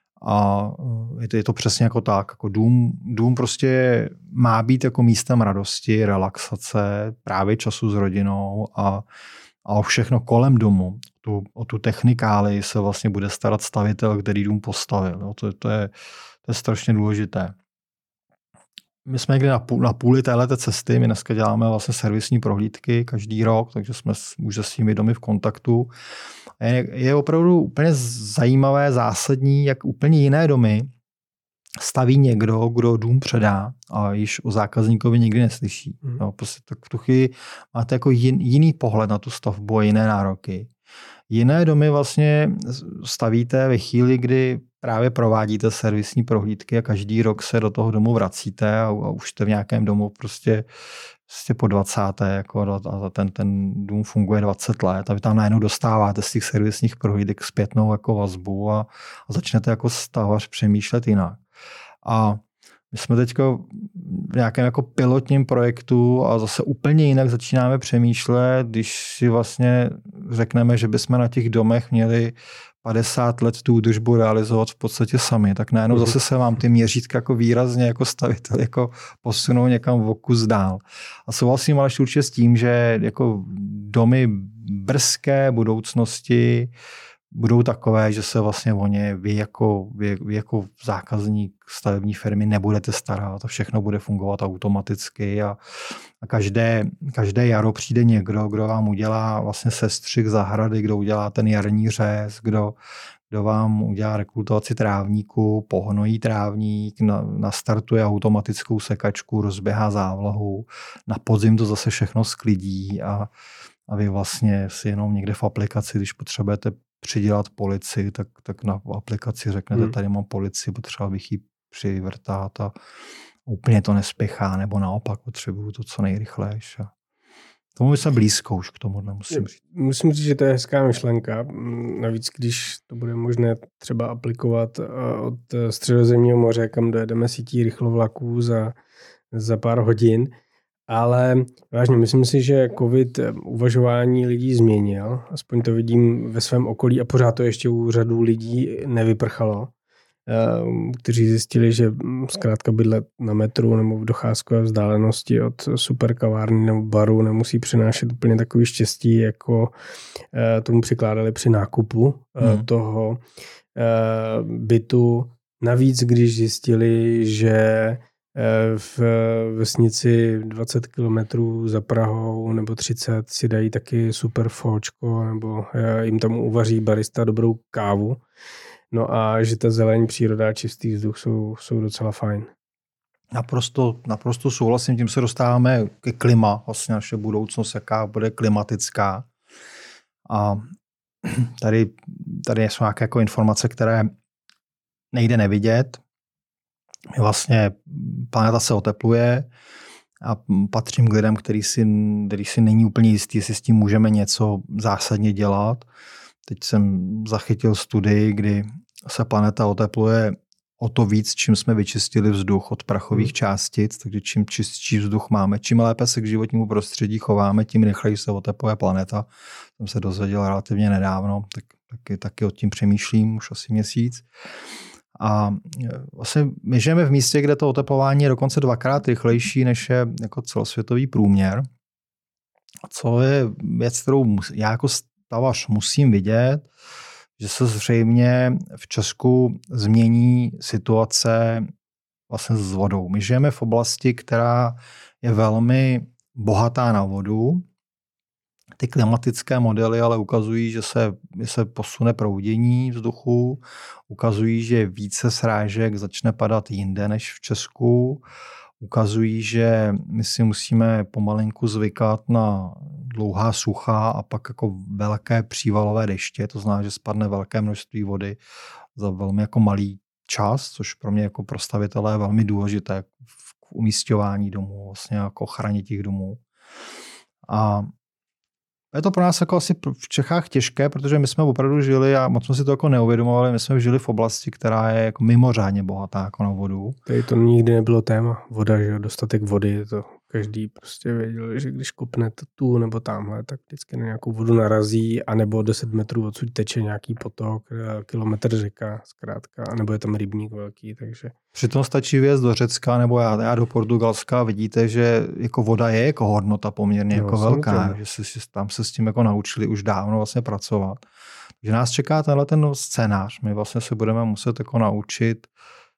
[SPEAKER 2] a je to, je to přesně jako tak. Jako dům, dům prostě má být jako místem radosti, relaxace, právě času s rodinou a, a o všechno kolem domu, tu, o tu technikáli se vlastně bude starat stavitel, který dům postavil. Jo. To, to, je, to je strašně důležité. My jsme někde na, půl, na půli téhleté cesty, my dneska děláme vlastně servisní prohlídky každý rok, takže jsme už se s těmi domy v kontaktu. Je, je opravdu úplně zajímavé, zásadní, jak úplně jiné domy staví někdo, kdo dům předá a již o zákazníkovi nikdy neslyší. Hmm. No, prostě tak v tu chvíli máte jako jin, jiný pohled na tu stavbu a jiné nároky. Jiné domy vlastně stavíte ve chvíli, kdy právě provádíte servisní prohlídky a každý rok se do toho domu vracíte a, a už jste v nějakém domu prostě, prostě po dvacáté Jako, a ten, ten dům funguje dvacet let a vy tam najednou dostáváte z těch servisních prohlídek zpětnou jako vazbu a, a začnete jako stavař přemýšlet jinak. A my jsme teď v nějakém jako pilotním projektu a zase úplně jinak začínáme přemýšlet, když si vlastně řekneme, že bychom na těch domech měli padesát let tu údržbu realizovat v podstatě sami, tak najednou zase se vám ty měřítka jako výrazně jako stavitel jako posunou někam v okus dál. A souhlasím ale určitě s tím, že jako domy brzké budoucnosti budou takové, že se vlastně o ně vy jako, vy, vy jako zákazník stavební firmy nebudete starat a všechno bude fungovat automaticky a, a každé, každé jaro přijde někdo, kdo vám udělá vlastně sestřih zahrady, kdo udělá ten jarní řez, kdo, kdo vám udělá rekultivaci trávníku, pohnojí trávník, na, nastartuje automatickou sekačku, rozběhá závlahu, na podzim to zase všechno sklidí a, a vy vlastně si jenom někde v aplikaci, když potřebujete přidělat policii, tak, tak na aplikaci řeknete, hmm. tady mám policii, potřeba bych ji přivrtat a úplně to nespěchá, nebo naopak potřebuju to co nejrychlejší. Tomu by se blízko už k tomu nemusím říct.
[SPEAKER 1] Musím říct, že to je hezká myšlenka. Navíc, když to bude možné třeba aplikovat od Středozemního moře, kam dojedeme sítí rychlovlaků za, za pár hodin. Ale vážně, myslím si, že covid uvažování lidí změnil. Aspoň to vidím ve svém okolí a pořád to ještě u řadu lidí nevyprchalo, kteří zjistili, že zkrátka bydlet na metru nebo v docházkové vzdálenosti od superkavárny nebo baru nemusí přinášet úplně takový štěstí, jako tomu přikládali při nákupu hmm. toho bytu. Navíc, když zjistili, že v vesnici dvacet kilometrů za Prahou nebo třicet si dají taky super fóčko nebo jim tam uvaří barista dobrou kávu. No a že ta zeleň, příroda a čistý vzduch jsou, jsou docela fajn.
[SPEAKER 2] Naprosto, naprosto souhlasím, tím se dostáváme ke klima, vlastně naše budoucnost, jaká bude klimatická. A tady, tady jsou nějaké jako informace, které nejde nevidět. Vlastně planeta se otepluje a patřím k lidem, který si, který si není úplně jistý, jestli s tím můžeme něco zásadně dělat. Teď jsem zachytil studii, kdy se planeta otepluje o to víc, čím jsme vyčistili vzduch od prachových částic, takže čím čistší vzduch máme, čím lépe se k životnímu prostředí chováme, tím rychleji se otepluje planeta. Jsem se dozvěděl relativně nedávno, tak taky, taky o tím přemýšlím už asi měsíc. A vlastně my žijeme v místě, kde to oteplování je dokonce dvakrát rychlejší, než je jako celosvětový průměr. A co je věc, kterou já jako stavař musím vidět, že se zřejmě v Česku změní situace vlastně s vodou. My žijeme v oblasti, která je velmi bohatá na vodu. Ty klimatické modely ale ukazují, že se, že se posune proudění vzduchu, ukazují, že více srážek začne padat jinde než v Česku, ukazují, že my si musíme pomalinku zvykat na dlouhá sucha a pak jako velké přívalové deště, to znamená, že spadne velké množství vody za velmi jako malý čas, což pro mě jako pro stavitele je velmi důležité v umísťování domů, vlastně jako ochraně těch domů. A je to pro nás jako asi v Čechách těžké, protože my jsme opravdu žili a moc jsme si to jako neuvědomovali, my jsme žili v oblasti, která je jako mimořádně bohatá jako na vodu.
[SPEAKER 1] Tady to nikdy nebylo téma. Voda, že dostatek vody, to každý prostě věděl, že když kopne to tu nebo tamhle, tak vždycky na nějakou vodu narazí, anebo deset metrů odsud teče nějaký potok, kilometr řeka zkrátka, anebo je tam rybník velký, takže...
[SPEAKER 2] Přitom stačí věc do Řecka nebo já, já do Portugalska, vidíte, že jako voda je jako hodnota poměrně no, jako velká, že se, tam se s tím jako naučili už dávno vlastně pracovat. Takže nás čeká tenhle ten scénář, my vlastně se budeme muset jako naučit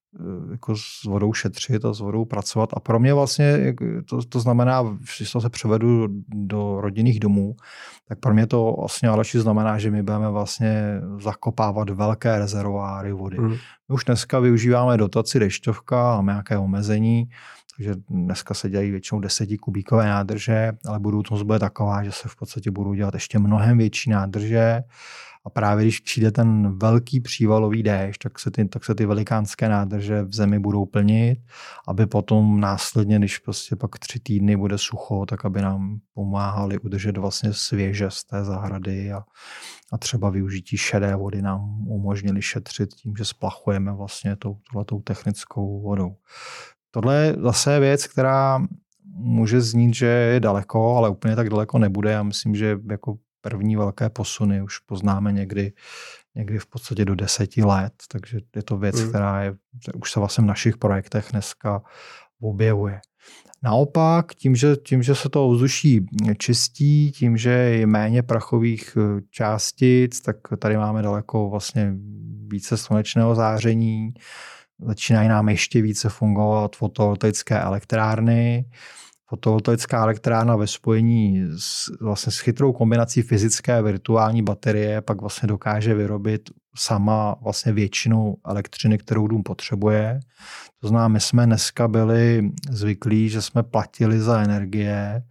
[SPEAKER 2] jako s vodou šetřit a s vodou pracovat. A pro mě vlastně to, to znamená, když to se převedu do rodinných domů, tak pro mě to vlastně Aleši znamená, že my budeme vlastně zakopávat velké rezervoáry vody. Mm. My už dneska využíváme dotaci dešťovka, máme nějaké omezení, takže dneska se dělají většinou desetikubíkové nádrže, ale budoucnost bude taková, že se v podstatě budou dělat ještě mnohem větší nádrže. A právě když přijde ten velký přívalový déšť, tak se ty, tak se ty velikánské nádrže v zemi budou plnit, aby potom následně, když prostě pak tři týdny bude sucho, tak aby nám pomáhali udržet vlastně svěže z té zahrady a, a třeba využití šedé vody nám umožnili šetřit tím, že splachujeme vlastně tou, tou technickou vodou. Tohle je zase věc, která může znít, že je daleko, ale úplně tak daleko nebude. Já myslím, že jako první velké posuny už poznáme někdy, někdy v podstatě do deseti let, takže je to věc, mm. která je, už se vlastně v našich projektech dneska objevuje. Naopak, tím že, tím, že se to ovzduší čistí, tím, že je méně prachových částic, tak tady máme daleko vlastně více slunečného záření, začínají nám ještě více fungovat fotovoltaické elektrárny. Fotovoltaická elektrárna ve spojení s, vlastně s chytrou kombinací fyzické a virtuální baterie pak vlastně dokáže vyrobit sama vlastně většinu elektřiny, kterou dům potřebuje. To znamená, my jsme dneska byli zvyklí, že jsme platili za energie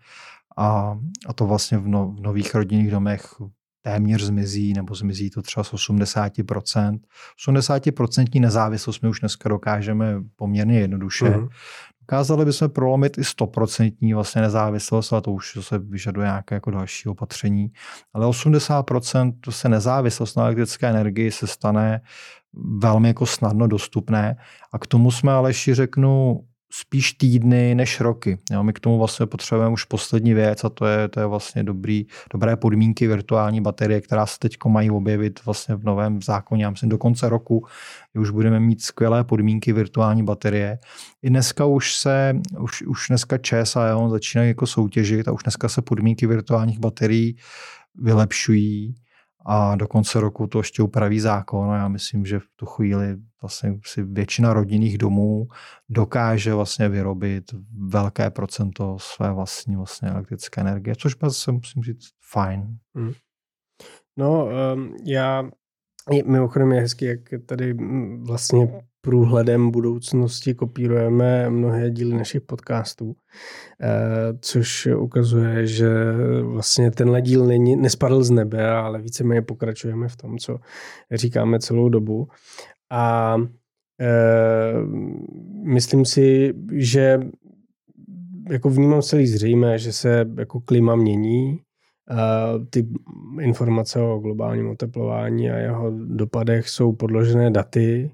[SPEAKER 2] a, a to vlastně v, no, v nových rodinných domech téměř zmizí, nebo zmizí to třeba z osmdesát procent. osmdesát procent nezávislost my už dneska dokážeme poměrně jednoduše. Uh-huh. Dokázali bychom prolomit i sto procent vlastně nezávislost, ale to už se vyžaduje nějaké jako další opatření. Ale osmdesát procent se nezávislost na elektrické energii se stane velmi jako snadno dostupné. A k tomu jsme Aleši řeknu spíš týdny než roky. Jo, my k tomu vlastně potřebujeme už poslední věc a to je, to je vlastně dobrý, dobré podmínky virtuální baterie, která se teď mají objevit vlastně v novém zákoně. Já myslím do konce roku už budeme mít skvělé podmínky virtuální baterie. I dneska už se, už, už dneska ČEZ a E O N začínají jako soutěžit a už dneska se podmínky virtuálních baterií vylepšují. A do konce roku to ještě upraví zákon a já myslím, že v tu chvíli vlastně si většina rodinných domů dokáže vlastně vyrobit velké procento své vlastní vlastně elektrické energie, což se musím říct fajn. Hmm.
[SPEAKER 1] No um, já, mimochodem je hezky, jak tady vlastně průhledem budoucnosti kopírujeme mnohé díly našich podcastů, což ukazuje, že vlastně tenhle díl není, nespadl z nebe, ale víceméně pokračujeme v tom, co říkáme celou dobu. A e, myslím si, že jako vnímám celý zřejmé, že se jako klima mění. Ty informace o globálním oteplování a jeho dopadech jsou podložené daty.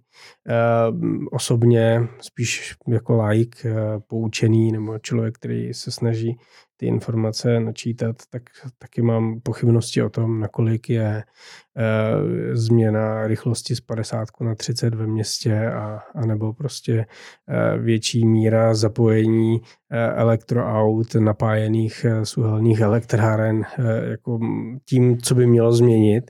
[SPEAKER 1] Osobně spíš jako laik, poučený nebo člověk, který se snaží ty informace načítat, tak taky mám pochybnosti o tom, nakolik je změna rychlosti z padesát na třicet ve městě a, a nebo prostě větší míra zapojení elektroaut napájených z uhelných elektráren jako tím, co by mělo změnit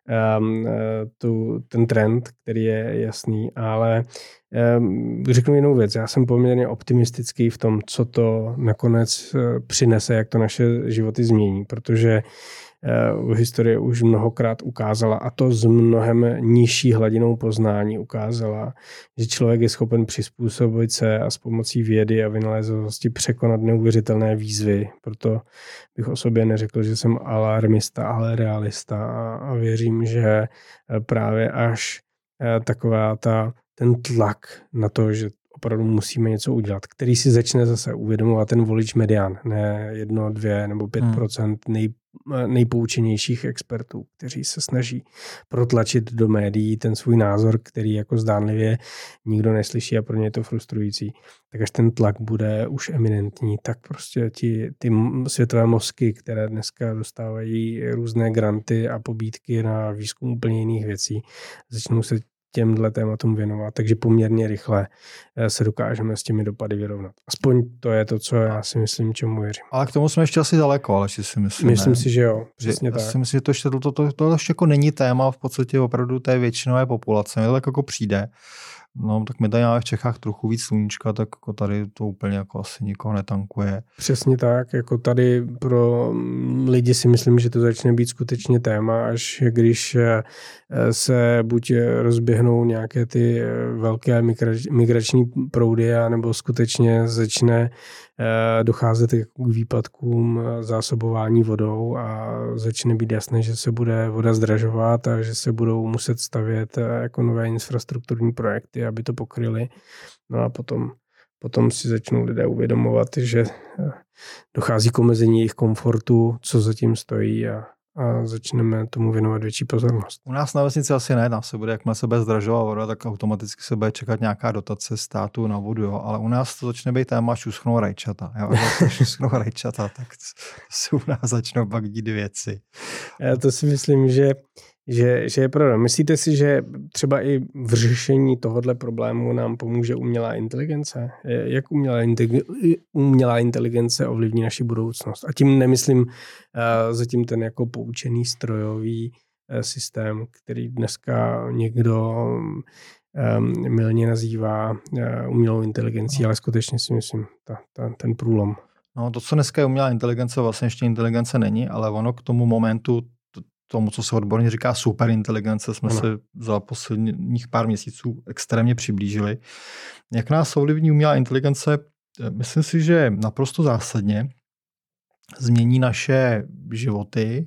[SPEAKER 1] tu, ten trend, který je jasný, ale řeknu jinou věc. Já jsem poměrně optimistický v tom, co to nakonec přinese, jak to naše životy změní, protože historie už mnohokrát ukázala, a to s mnohem nižší hladinou poznání ukázala, že člověk je schopen přizpůsobit se a s pomocí vědy a vynalézavosti překonat neuvěřitelné výzvy. Proto bych o sobě neřekl, že jsem alarmista, ale realista a, a věřím, že právě až taková ta, ten tlak na to, že opravdu musíme něco udělat, který si začne zase uvědomovat ten volič medián, ne jedno, dvě nebo pět hmm. procent nej, nejpoučenějších expertů, kteří se snaží protlačit do médií ten svůj názor, který jako zdánlivě nikdo neslyší a pro ně je to frustrující. Tak až ten tlak bude už eminentní, tak prostě ti, ty světové mozky, které dneska dostávají různé granty a pobídky na výzkum úplně jiných věcí, začnou se těmhle tématům věnovat, takže poměrně rychle se dokážeme s těmi dopady vyrovnat. Aspoň to je to, co já si myslím, čemu věřím.
[SPEAKER 2] Ale k tomu jsme ještě asi daleko, ale si myslím.
[SPEAKER 1] Myslím ne? si, že jo, přesně
[SPEAKER 2] že,
[SPEAKER 1] tak.
[SPEAKER 2] Si myslím, že to ještě, to, to, to, to ještě jako není téma v podstatě opravdu té většinové populace. Mě to tak jako přijde. No, tak my tady máme v Čechách trochu víc sluníčka, tak jako tady to úplně jako asi nikoho netankuje.
[SPEAKER 1] Přesně tak, jako tady pro lidi si myslím, že to začne být skutečně téma, až když se buď rozběhnou nějaké ty velké migrační proudy, nebo skutečně začne docházet k výpadkům zásobování vodou a začne být jasné, že se bude voda zdražovat a že se budou muset stavět jako nové infrastrukturní projekty, aby to pokryli. No a potom, potom si začnou lidé uvědomovat, že dochází k omezení jejich komfortu, co zatím stojí a, a začneme tomu věnovat větší pozornost.
[SPEAKER 2] U nás na vesnici asi ne, tam se bude, jakmile se bude zdražovat voda, tak automaticky se bude čekat nějaká dotace státu na vodu, jo. Ale u nás to začne být téma, až uschnou rajčata. Jo. Až uschnou rajčata, tak se u nás začnou pak dít věci.
[SPEAKER 1] Já to si myslím, že Že, že je pravda. Myslíte si, že třeba i v řešení tohohle problému nám pomůže umělá inteligence? Jak umělá, umělá inteligence ovlivní naši budoucnost? A tím nemyslím uh, zatím ten jako poučený strojový uh, systém, který dneska někdo um, mylně nazývá uh, umělou inteligencí, ale skutečně si myslím ta, ta, ten průlom.
[SPEAKER 2] No, to, co dneska je umělá inteligence, vlastně ještě inteligence není, ale ono k tomu momentu tomu, co se odborně říká superinteligence, jsme ano. se za posledních pár měsíců extrémně přiblížili. Jak nás ovlivní umělá inteligence? Myslím si, že naprosto zásadně změní naše životy.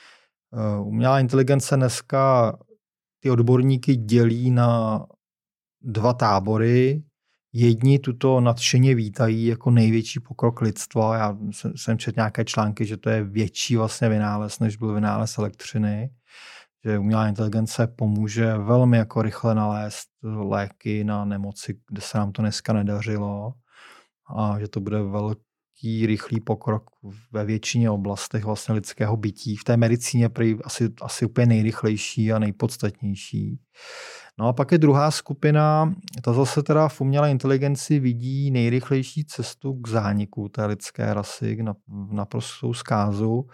[SPEAKER 2] Umělá inteligence dneska ty odborníky dělí na dva tábory. Jedni tuto nadšeně vítají jako největší pokrok lidstva. Já jsem četl nějaké články, že to je větší vlastně vynález, než byl vynález elektřiny. Že umělá inteligence pomůže velmi jako rychle nalézt léky na nemoci, kde se nám to dneska nedařilo. A že to bude velký, rychlý pokrok ve většině oblastech vlastně lidského bytí. V té medicíně prý asi, asi úplně nejrychlejší a nejpodstatnější. No a pak je druhá skupina, ta zase teda v umělé inteligenci vidí nejrychlejší cestu k zániku té lidské rasy, k naprostou zkázu.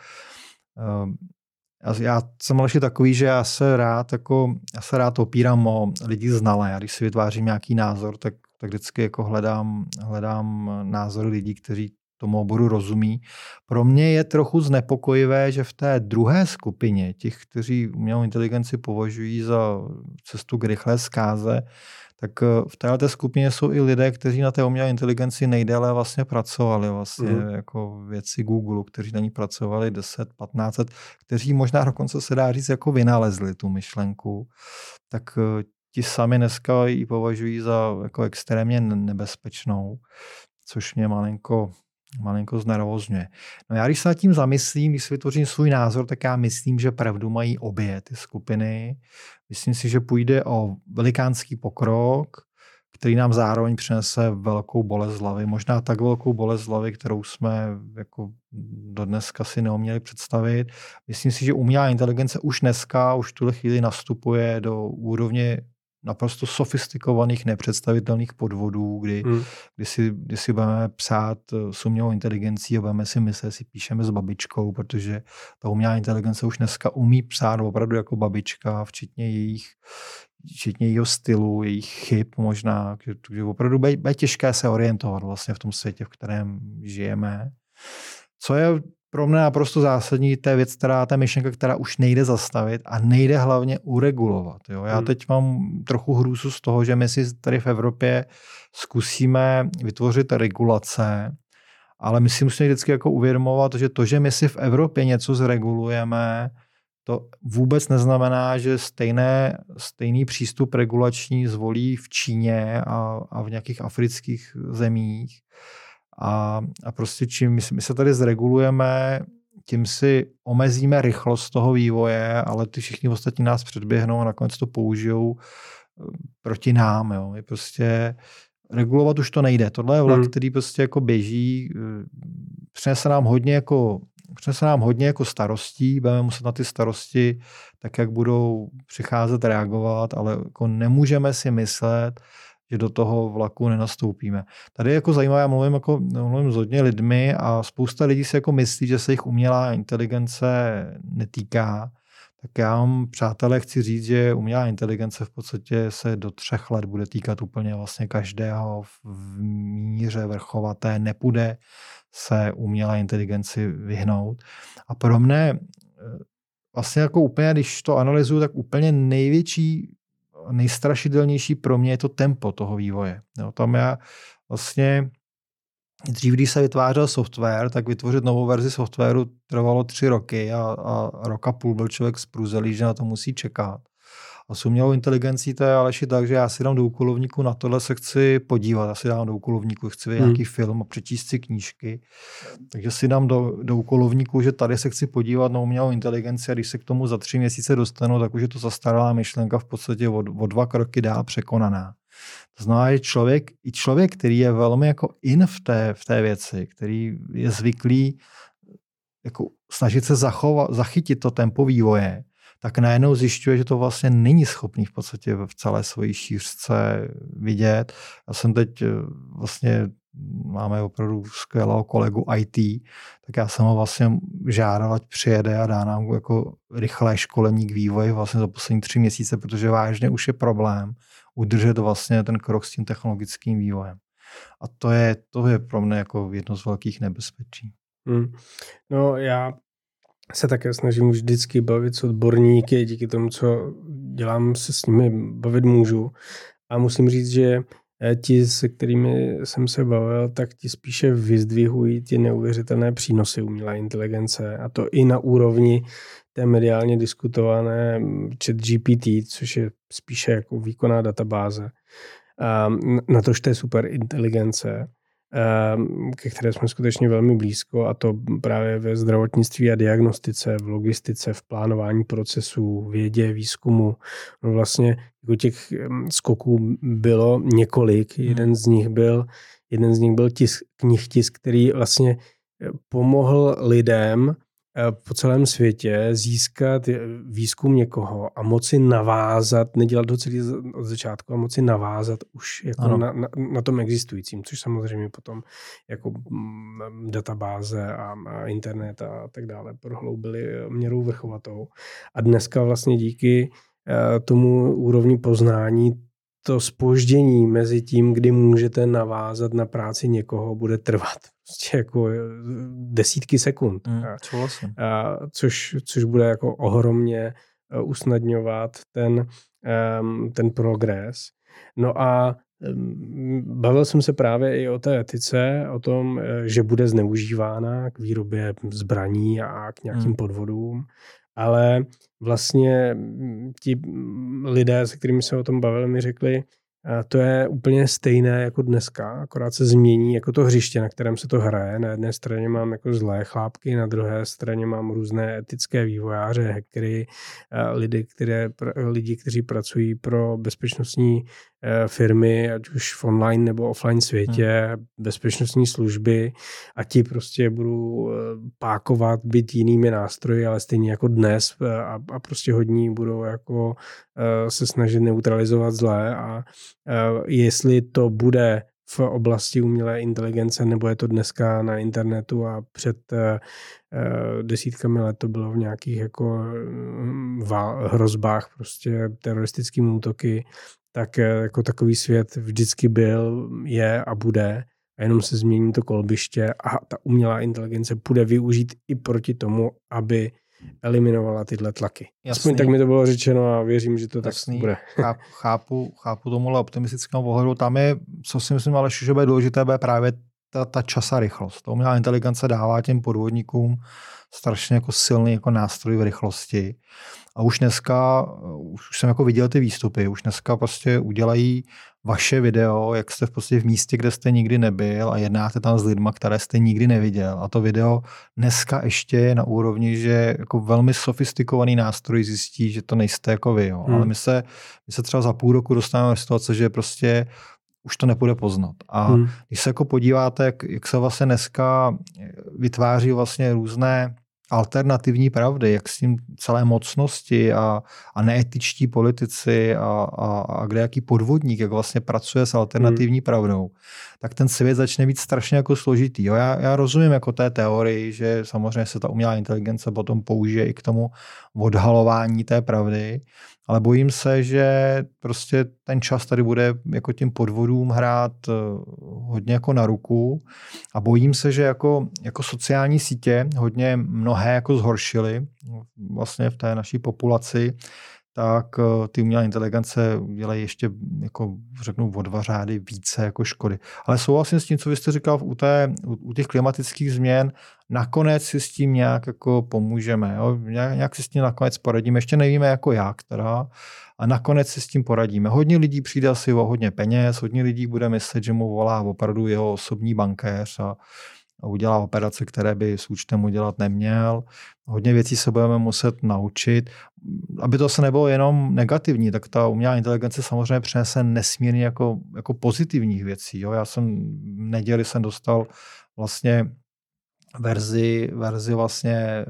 [SPEAKER 2] Já jsem ale takový, že já se rád, jako, já se rád opírám o lidi znalé. Já když si vytvářím nějaký názor, tak, tak vždycky jako hledám, hledám názory lidí, kteří tomu oboru rozumí. Pro mě je trochu znepokojivé, že v té druhé skupině, těch, kteří umělou inteligenci považují za cestu k rychlé zkáze, tak v této skupině jsou i lidé, kteří na té umělé inteligenci nejdéle vlastně pracovali, vlastně mm. jako vědci Google, kteří na ní pracovali deset patnáct let, kteří možná dokonce se dá říct jako vynalezli tu myšlenku, tak ti sami dneska ji považují za jako extrémně nebezpečnou, což mě malinko malinko znervózňuje. No já když se nad tím zamyslím, když si vytvořím svůj názor, tak já myslím, že pravdu mají obě ty skupiny. Myslím si, že půjde o velikánský pokrok, který nám zároveň přinese velkou bolest hlavy. Možná tak velkou bolest hlavy, kterou jsme jako do dneska si neuměli představit. Myslím si, že umělá inteligence už dneska, už v tuhle chvíli nastupuje do úrovně naprosto sofistikovaných, nepředstavitelných podvodů, kdy, hmm. kdy, si, kdy si budeme psát s umělou inteligencí a budeme si myslet, si píšeme s babičkou, protože ta umělá inteligence už dneska umí psát opravdu jako babička, včetně jejich, včetně jejího stylu, jejich chyb možná, že opravdu bude, bude těžké se orientovat vlastně v tom světě, v kterém žijeme. Co je pro mě naprosto zásadní, to je věc, která, ta myšlenka, která už nejde zastavit a nejde hlavně uregulovat. Jo. Já hmm. teď mám trochu hrůzu z toho, že my si tady v Evropě zkusíme vytvořit regulace, ale my si musíme vždycky jako uvědomovat, že to, že my si v Evropě něco zregulujeme, to vůbec neznamená, že stejné, stejný přístup regulační zvolí v Číně a, a v nějakých afrických zemích. A, a prostě čím my, my se tady zregulujeme tím si omezíme rychlost toho vývoje, ale ty všichni ostatní nás předběhnou a nakonec to použijou proti nám. Jo. Je prostě regulovat už to nejde. Tohle je vlak, hmm. který prostě jako běží, přinese nám hodně jako přinese nám hodně jako starostí, budeme muset na ty starosti tak, jak budou přicházet, reagovat, ale jako nemůžeme si myslet, že do toho vlaku nenastoupíme. Tady je jako zajímavé, já mluvím, jako, mluvím s hodně lidmi a spousta lidí si jako myslí, že se jich umělá inteligence netýká. Tak já vám, přátelé, chci říct, že umělá inteligence v podstatě se do třech let bude týkat úplně vlastně každého v míře vrchovaté, nepůjde se umělé inteligenci vyhnout. A pro mne vlastně jako úplně, když to analyzuju, tak úplně největší, nejstrašidelnější pro mě je to tempo toho vývoje. Jo, tam já vlastně dřív, když se vytvářel software, tak vytvořit novou verzi softwaru trvalo tři roky a, a rok a půl byl člověk zprůzelý, že na to musí čekat. A s umělou inteligencí to je ale tak, že já si dám do úkolovníku, na tohle se chci podívat. Já si dám do úkolovníku, chci vidět hmm. nějaký film a přečíst si knížky. Takže si dám do, do úkolovníku, že tady se chci podívat na umělou inteligenci a když se k tomu za tři měsíce dostanu, tak už je to zastaralá myšlenka v podstatě o, o dva kroky dál překonaná. To znamená, že člověk, i člověk, který je velmi jako in v té, v té věci, který je zvyklý jako snažit se zachovat, zachytit to tempo vývoje, tak najednou zjišťuje, že to vlastně není schopný v podstatě v celé své šířce vidět. Já jsem teď vlastně, máme opravdu skvělého kolegu í té, tak já jsem ho vlastně žádal, ať přijede a dá nám jako rychlé školení k vývoji vlastně za poslední tři měsíce, protože vážně už je problém udržet vlastně ten krok s tím technologickým vývojem. A to je, to je pro mě jako jedno z velkých nebezpečí.
[SPEAKER 1] Hmm. No já se také snažím vždycky bavit s odborníky, díky tomu, co dělám, se s nimi bavit můžu. A musím říct, že ti, se kterými jsem se bavil, tak ti spíše vyzdvihují ty neuvěřitelné přínosy umělé inteligence. A to i na úrovni té mediálně diskutované ChatGPT, což je spíše jako výkonná databáze. A na to, že to je super inteligence, ke které jsme skutečně velmi blízko, a to právě ve zdravotnictví a diagnostice, v logistice, v plánování procesů, vědě, výzkumu. No vlastně jako těch skoků bylo několik. Jeden z nich byl, jeden z nich byl tisk, knihtisk, který vlastně pomohl lidem po celém světě získat výzkum někoho a moci navázat, nedělat to celý od začátku, a moci navázat už jako na, na, na tom existujícím, což samozřejmě potom jako databáze a, a internet a tak dále prohloubili měrou vrchovatou. A dneska vlastně díky tomu úrovni poznání to zpoždění mezi tím, kdy můžete navázat na práci někoho, bude trvat prostě jako desítky sekund.
[SPEAKER 2] Mm,
[SPEAKER 1] a, což, což bude jako ohromně usnadňovat ten, ten progres. No a bavil jsem se právě i o té etice, o tom, že bude zneužívána k výrobě zbraní a k nějakým mm. podvodům. Ale vlastně ti lidé, se kterými se o tom bavili, mi řekli, to je úplně stejné jako dneska, akorát se změní jako to hřiště, na kterém se to hraje. Na jedné straně mám jako zlé chlápky, na druhé straně mám různé etické vývojáře, hackery, lidi, které, lidi, kteří pracují pro bezpečnostní firmy, ať už v online nebo offline světě, hmm. bezpečnostní služby, a ti prostě budou pákovat byt jinými nástroji, ale stejně jako dnes, a, a prostě hodní budou jako se snažit neutralizovat zlé. A jestli to bude v oblasti umělé inteligence, nebo je to dneska na internetu a před desítkami let to bylo v nějakých jako hrozbách, prostě teroristickými útoky, tak jako takový svět vždycky byl, je a bude, a jenom se změní to kolbiště a ta umělá inteligence bude využít i proti tomu, aby eliminovala tyhle tlaky. Aspoň tak mi to bylo řečeno a věřím, že to Jasný. tak bude.
[SPEAKER 2] Chápu, chápu tomuhle optimistickému pohledu. Tam je, co si myslím, ale že bude důležité, bude právě ta, ta čas a rychlost. Ta umělá inteligence dává těm podvodníkům strašně jako silný jako nástroj v rychlosti. A už dneska, už jsem jako viděl ty výstupy, už dneska prostě udělají vaše video, jak jste v podstatě v místě, kde jste nikdy nebyl a jednáte tam s lidma, které jste nikdy neviděl. A to video dneska ještě je na úrovni, že jako velmi sofistikovaný nástroj zjistí, že to nejste jako vy. Jo. Hmm. Ale my se, my se třeba za půl roku dostáváme do situace, že prostě už to nepůjde poznat. A hmm. když se jako podíváte, jak, jak se vlastně dneska vytváří vlastně různé alternativní pravdy, jak s tím celé mocnosti a, a neetičtí politici a, a, a kde jaký podvodník, jak vlastně pracuje s alternativní hmm. pravdou, tak ten svět začne být strašně jako složitý. Jo, já, já rozumím jako té teorii, že samozřejmě se ta umělá inteligence potom použije i k tomu odhalování té pravdy, ale bojím se, že prostě ten čas tady bude jako tím podvodům hrát hodně jako na ruku a bojím se, že jako, jako sociální sítě hodně mnohé jako zhoršily vlastně v té naší populaci, tak ty umělé inteligence dělají ještě, jako řeknu, o dva řády více jako škody. Ale souhlasím s tím, co vy jste říkal u, té, u těch klimatických změn, nakonec si s tím nějak jako pomůžeme. Jo? Nějak si s tím nakonec poradíme. Ještě nevíme jako jak teda. A nakonec si s tím poradíme. Hodně lidí přijde asi o hodně peněz, hodně lidí bude myslet, že mu volá opravdu jeho osobní bankéř a a udělá operace, které by s účtem udělat neměl. Hodně věcí se budeme muset naučit. Aby to se nebylo jenom negativní, tak ta umělá inteligence samozřejmě přinese nesmírně jako, jako pozitivních věcí. Jo? Já jsem v neděli jsem dostal vlastně verzi, verzi vlastně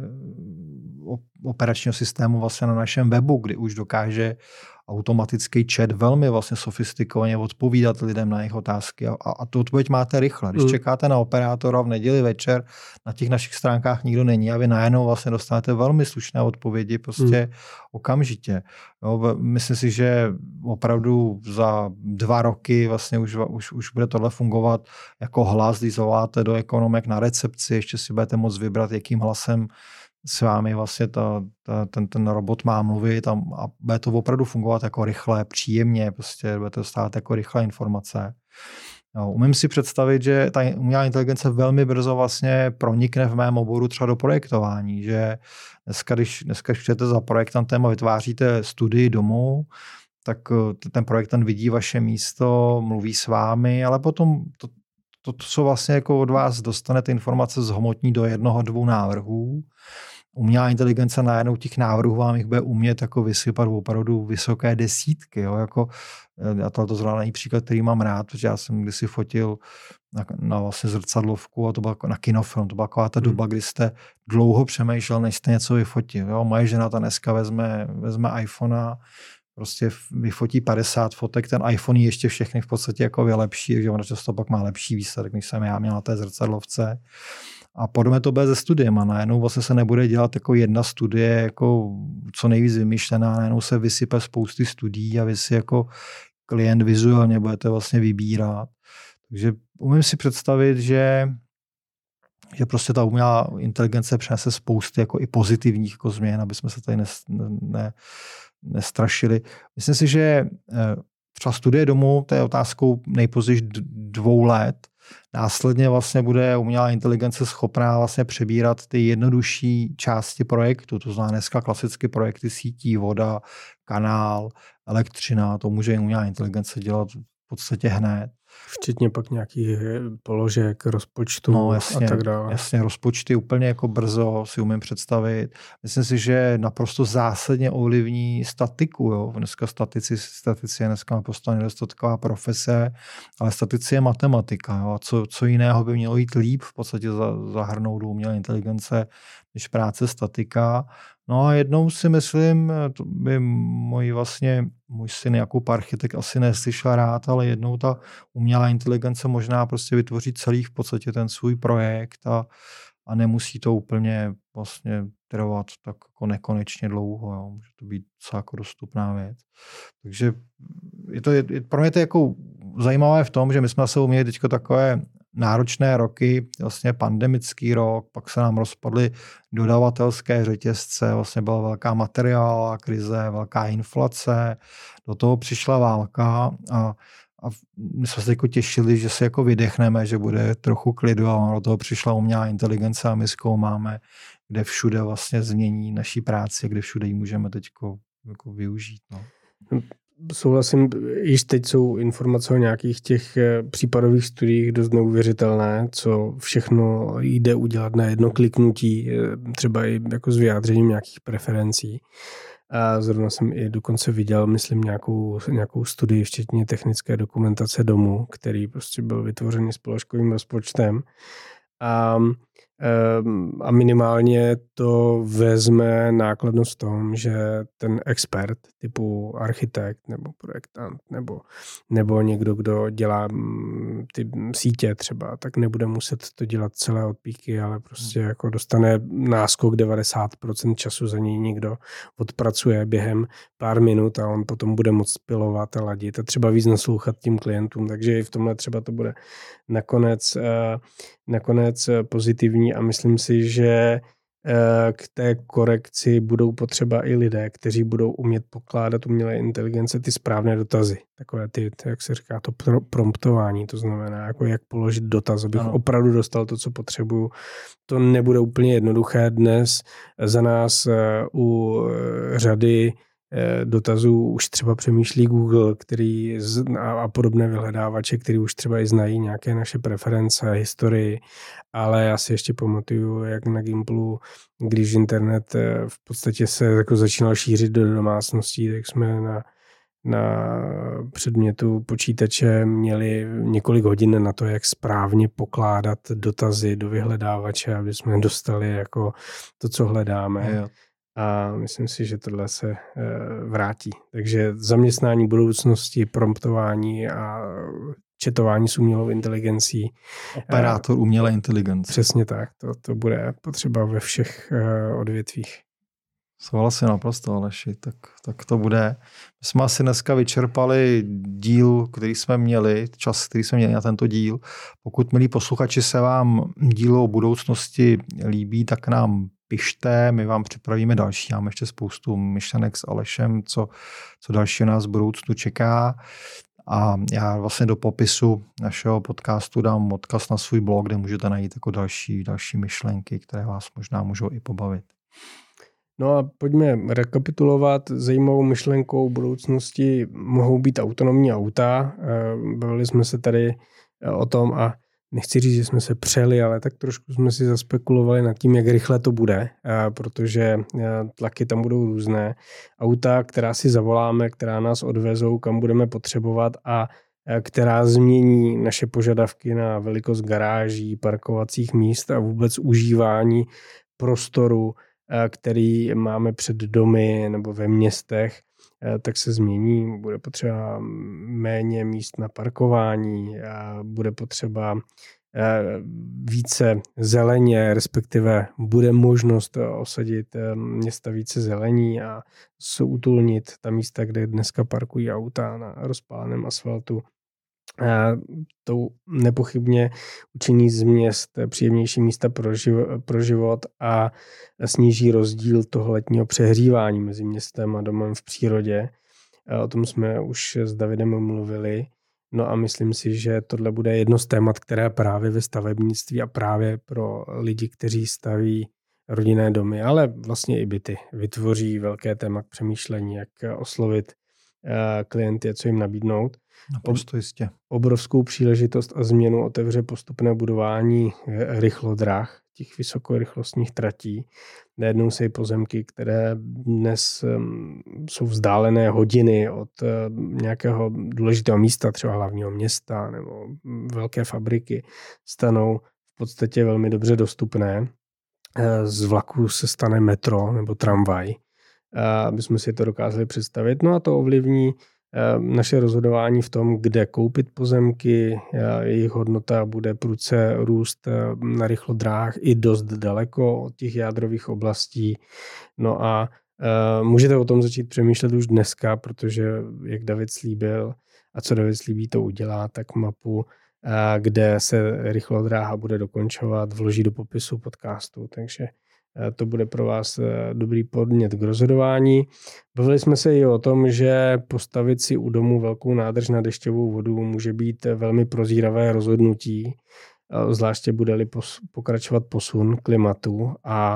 [SPEAKER 2] operačního systému vlastně na našem webu, kdy už dokáže automatický chat velmi vlastně sofistikovaně odpovídat lidem na jejich otázky a, a tu odpověď máte rychle. Když mm. čekáte na operátora v neděli večer, na těch našich stránkách nikdo není a vy najednou vlastně dostanete velmi slušné odpovědi prostě mm. okamžitě. Jo, myslím si, že opravdu za dva roky vlastně už, už, už bude tohle fungovat jako hlas, když zavoláte do ekonomek na recepci, ještě si budete moct vybrat, jakým hlasem s vámi vlastně ta, ta, ten, ten robot má mluvit a, a bude to opravdu fungovat jako rychle, příjemně, prostě bude to dostávat jako rychlé informace. No, umím si představit, že ta umělá inteligence velmi brzo vlastně pronikne v mém oboru třeba do projektování, že dneska, když dneska přijete za projektantem a vytváříte studii domu, tak ten projektant vidí vaše místo, mluví s vámi, ale potom to, to, to co vlastně jako od vás dostane, ty informace zhmotní do jednoho, dvou návrhů. Umělá inteligence najednou těch návrhů vám jich bude umět jako vysypat opravdu vysoké desítky. Jo? Jako, a to zrovna není příklad, který mám rád, protože já jsem kdysi fotil na, na vlastně zrcadlovku a to bylo na kinofilm. To byla taková ta doba, kdy jste dlouho přemýšlel, než jste něco vyfotil. Jo? Moje žena ta dneska vezme, vezme iPhonea, prostě vyfotí padesát fotek, ten iPhone je ještě všechny v podstatě jako vylepší, takže ona často pak má lepší výsledek, než jsem já měl na té zrcadlovce. A podobně to bude se studiem a najednou vlastně se nebude dělat jako jedna studie jako co nejvíc vymyšlená, najednou se vysype spousty studií a vy si jako klient vizuálně budete vlastně vybírat. Takže umím si představit, že, že prostě ta umělá inteligence přinese spousty jako i pozitivních jako změn, aby jsme se tady ne, ne, nestrašili. Myslím si, že třeba studie domu, to je otázkou nejpozději dvou let. Následně vlastně bude umělá inteligence schopná vlastně přebírat ty jednodušší části projektu. To znamená dneska klasické projekty sítí, voda, kanál, elektřina. To může umělá inteligence dělat v podstatě hned.
[SPEAKER 1] Včetně pak nějakých položek, rozpočtu
[SPEAKER 2] no, jasně,
[SPEAKER 1] a tak dále.
[SPEAKER 2] Jasně, rozpočty úplně jako brzo si umím představit. Myslím si, že naprosto zásadně ovlivní statiku. Jo. Dneska statici, statici je dneska naprosto nedostatková profese, ale statici je matematika. Jo. A co, co jiného by mělo jít líp v podstatě zahrnout do umělé inteligence, než práce statika. No a jednou si myslím, to by můj vlastně můj syn jako architekt asi neslyšel rád, ale jednou ta umělá inteligence možná prostě vytvoří celý v podstatě ten svůj projekt a, a nemusí to úplně vlastně trvat tak jako nekonečně dlouho. Jo. Může to být docela jako dostupná věc. Takže je to, je, pro mě to je jako zajímavé v tom, že my jsme se uměli teďko takové náročné roky, vlastně pandemický rok, pak se nám rozpadly dodavatelské řetězce, vlastně byla velká materiálová krize, velká inflace, do toho přišla válka a, a my jsme se jako těšili, že se jako vydechneme, že bude trochu klidu a do toho přišla umělá inteligence a my zkoumáme, kde všude vlastně změní naší práci, kde všude ji můžeme teď jako využít. No.
[SPEAKER 1] souhlasím, již teď jsou informace o nějakých těch případových studiích dost neuvěřitelné, co všechno jde udělat na jedno kliknutí, třeba i jako s vyjádřením nějakých preferencí. A zrovna jsem i dokonce viděl, myslím, nějakou, nějakou studii, včetně technické dokumentace domu, který prostě byl vytvořený s položkovým rozpočtem. A, a minimálně to vezme nákladnost v tom, že ten expert typu architekt nebo projektant nebo, nebo někdo, kdo dělá ty sítě třeba, tak nebude muset to dělat celé od píky, ale prostě jako dostane náskok devadesát procent času za něj někdo odpracuje během pár minut a on potom bude moct pilovat a ladit a třeba víc naslouchat tím klientům, takže i v tomhle třeba to bude nakonec, nakonec pozitivní a myslím si, že k té korekci budou potřeba i lidé, kteří budou umět pokládat umělé inteligence ty správné dotazy. Takové ty, jak se říká, to promptování, to znamená, jako jak položit dotaz, abych ano. opravdu dostal to, co potřebuju. To nebude úplně jednoduché dnes. Za nás u řady dotazů už třeba přemýšlí Google, který a podobné vyhledávače, který už třeba i znají nějaké naše preference, historii, ale já si ještě pamatuju, jak na Gimplu, když internet v podstatě se jako začínal šířit do domácností, tak jsme na, na předmětu počítače měli několik hodin na to, jak správně pokládat dotazy do vyhledávače, aby jsme dostali jako to, co hledáme. Jo. A myslím si, že tohle se vrátí. Takže zaměstnání budoucnosti, promptování a četování s umělou inteligencí.
[SPEAKER 2] Operátor umělé inteligence.
[SPEAKER 1] Přesně tak. To, to bude potřeba ve všech odvětvích.
[SPEAKER 2] Souhlasím naprosto, Aleši. Tak, tak to bude. My jsme asi dneska vyčerpali díl, který jsme měli, čas, který jsme měli na tento díl. Pokud, milí posluchači, se vám dílo o budoucnosti líbí, tak nám pište, my vám připravíme další. Máme ještě spoustu myšlenek s Alešem, co, co další nás v budoucnu čeká. A já vlastně do popisu našeho podcastu dám odkaz na svůj blog, kde můžete najít jako další, další myšlenky, které vás možná můžou i pobavit.
[SPEAKER 1] No a pojďme rekapitulovat. Zajímavou myšlenkou budoucnosti mohou být autonomní auta. Bavili jsme se tady o tom a nechci říct, že jsme se přeli, ale tak trošku jsme si zaspekulovali nad tím, jak rychle to bude, protože tlaky tam budou různé. Auta, která si zavoláme, která nás odvezou, kam budeme potřebovat a která změní naše požadavky na velikost garáží, parkovacích míst a vůbec užívání prostoru, který máme před domy nebo ve městech, tak se změní. Bude potřeba méně míst na parkování, bude potřeba více zeleně, respektive bude možnost osadit města více zelení a soutulnit ta místa, kde dneska parkují auta na rozpáleném asfaltu. To nepochybně učiní z měst příjemnější místa pro, živ- pro život a sníží rozdíl toho letního přehřívání mezi městem a domem v přírodě. O tom jsme už s Davidem mluvili. No a myslím si, že tohle bude jedno z témat, které právě ve stavebnictví a právě pro lidi, kteří staví rodinné domy, ale vlastně i byty, vytvoří velké téma k přemýšlení, jak oslovit klienty a co jim nabídnout.
[SPEAKER 2] Naprosto jistě.
[SPEAKER 1] Obrovskou příležitost a změnu otevře postupné budování rychlodráh, těch vysokorychlostních tratí. Najednou se i pozemky, které dnes jsou vzdálené hodiny od nějakého důležitého místa, třeba hlavního města nebo velké fabriky, stanou v podstatě velmi dobře dostupné. Z vlaku se stane metro nebo tramvaj, aby jsme si to dokázali představit. No a to ovlivní naše rozhodování v tom, kde koupit pozemky, jejich hodnota bude prudce růst na rychlodráhách i dost daleko od těch jádrových oblastí. No a můžete o tom začít přemýšlet už dneska, protože jak David slíbil a co David slíbí, to udělá, tak mapu, kde se rychlodráha bude dokončovat, vloží do popisu podcastu, takže to bude pro vás dobrý podnět k rozhodování. Bavili jsme se i o tom, že postavit si u domu velkou nádrž na dešťovou vodu může být velmi prozíravé rozhodnutí, zvláště bude-li pokračovat posun klimatu a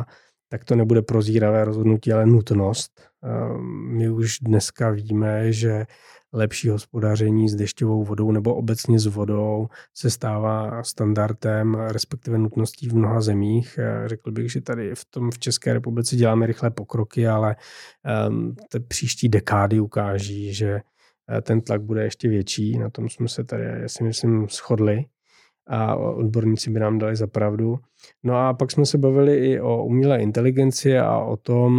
[SPEAKER 1] tak to nebude prozíravé rozhodnutí, ale nutnost. My už dneska víme, že lepší hospodaření s dešťovou vodou nebo obecně s vodou se stává standardem, respektive nutností v mnoha zemích. Řekl bych, že tady v tom v České republice děláme rychlé pokroky, ale ty příští dekády ukáží, že ten tlak bude ještě větší. Na tom jsme se tady, já si myslím, shodli a odborníci by nám dali za pravdu. No a pak jsme se bavili i o umělé inteligenci a o tom,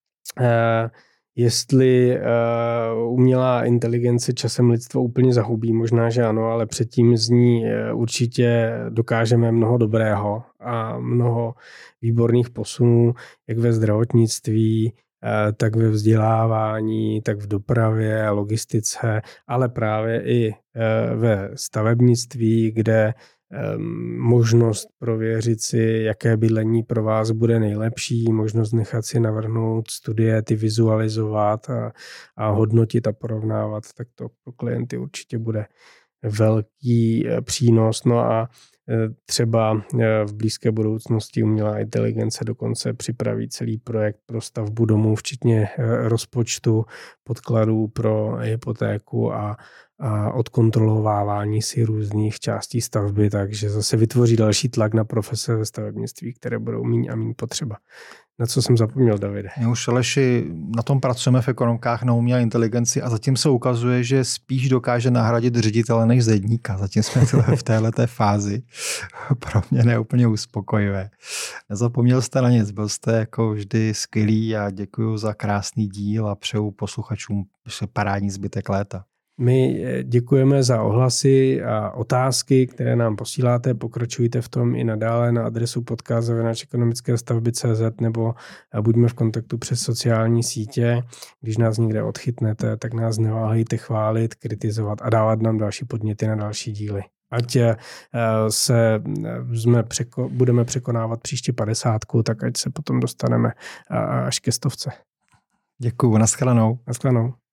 [SPEAKER 1] jestli uh, umělá inteligence časem lidstvo úplně zahubí, možná, že ano, ale předtím z ní určitě dokážeme mnoho dobrého a mnoho výborných posunů, jak ve zdravotnictví, uh, tak ve vzdělávání, tak v dopravě, logistice, ale právě i uh, ve stavebnictví, kde možnost prověřit si, jaké bydlení pro vás bude nejlepší, možnost nechat si navrhnout studie, ty vizualizovat a, a hodnotit a porovnávat, tak to pro klienty určitě bude velký přínos. No a třeba v blízké budoucnosti umělá inteligence dokonce připraví celý projekt pro stavbu domů, včetně rozpočtu, podkladů pro hypotéku a a odkontrolovávání si různých částí stavby, takže zase vytvoří další tlak na profese ve stavebnictví, které budou míň a míň potřeba. Na co jsem zapomněl, Davide?
[SPEAKER 2] My už, Aleši, na tom pracujeme v ekonomkách na umělé inteligenci a zatím se ukazuje, že spíš dokáže nahradit ředitele než zedníka. Zatím jsme v téhleté fázi. Pro mě neúplně uspokojivé. Nezapomněl jste na nic, byl jste jako vždy skvělý a děkuji za krásný díl a přeju posluchačům parádní zbytek léta.
[SPEAKER 1] My děkujeme za ohlasy a otázky, které nám posíláte. Pokračujte v tom i nadále na adresu podcast zavináč ekonomické stavby tečka cé zet nebo buďme v kontaktu přes sociální sítě. Když nás někde odchytnete, tak nás neváhejte chválit, kritizovat a dávat nám další podněty na další díly. Ať se jsme překo, budeme překonávat příště padesátku, tak ať se potom dostaneme až ke stovce.
[SPEAKER 2] Děkuju, nashledanou.
[SPEAKER 1] Nashledanou.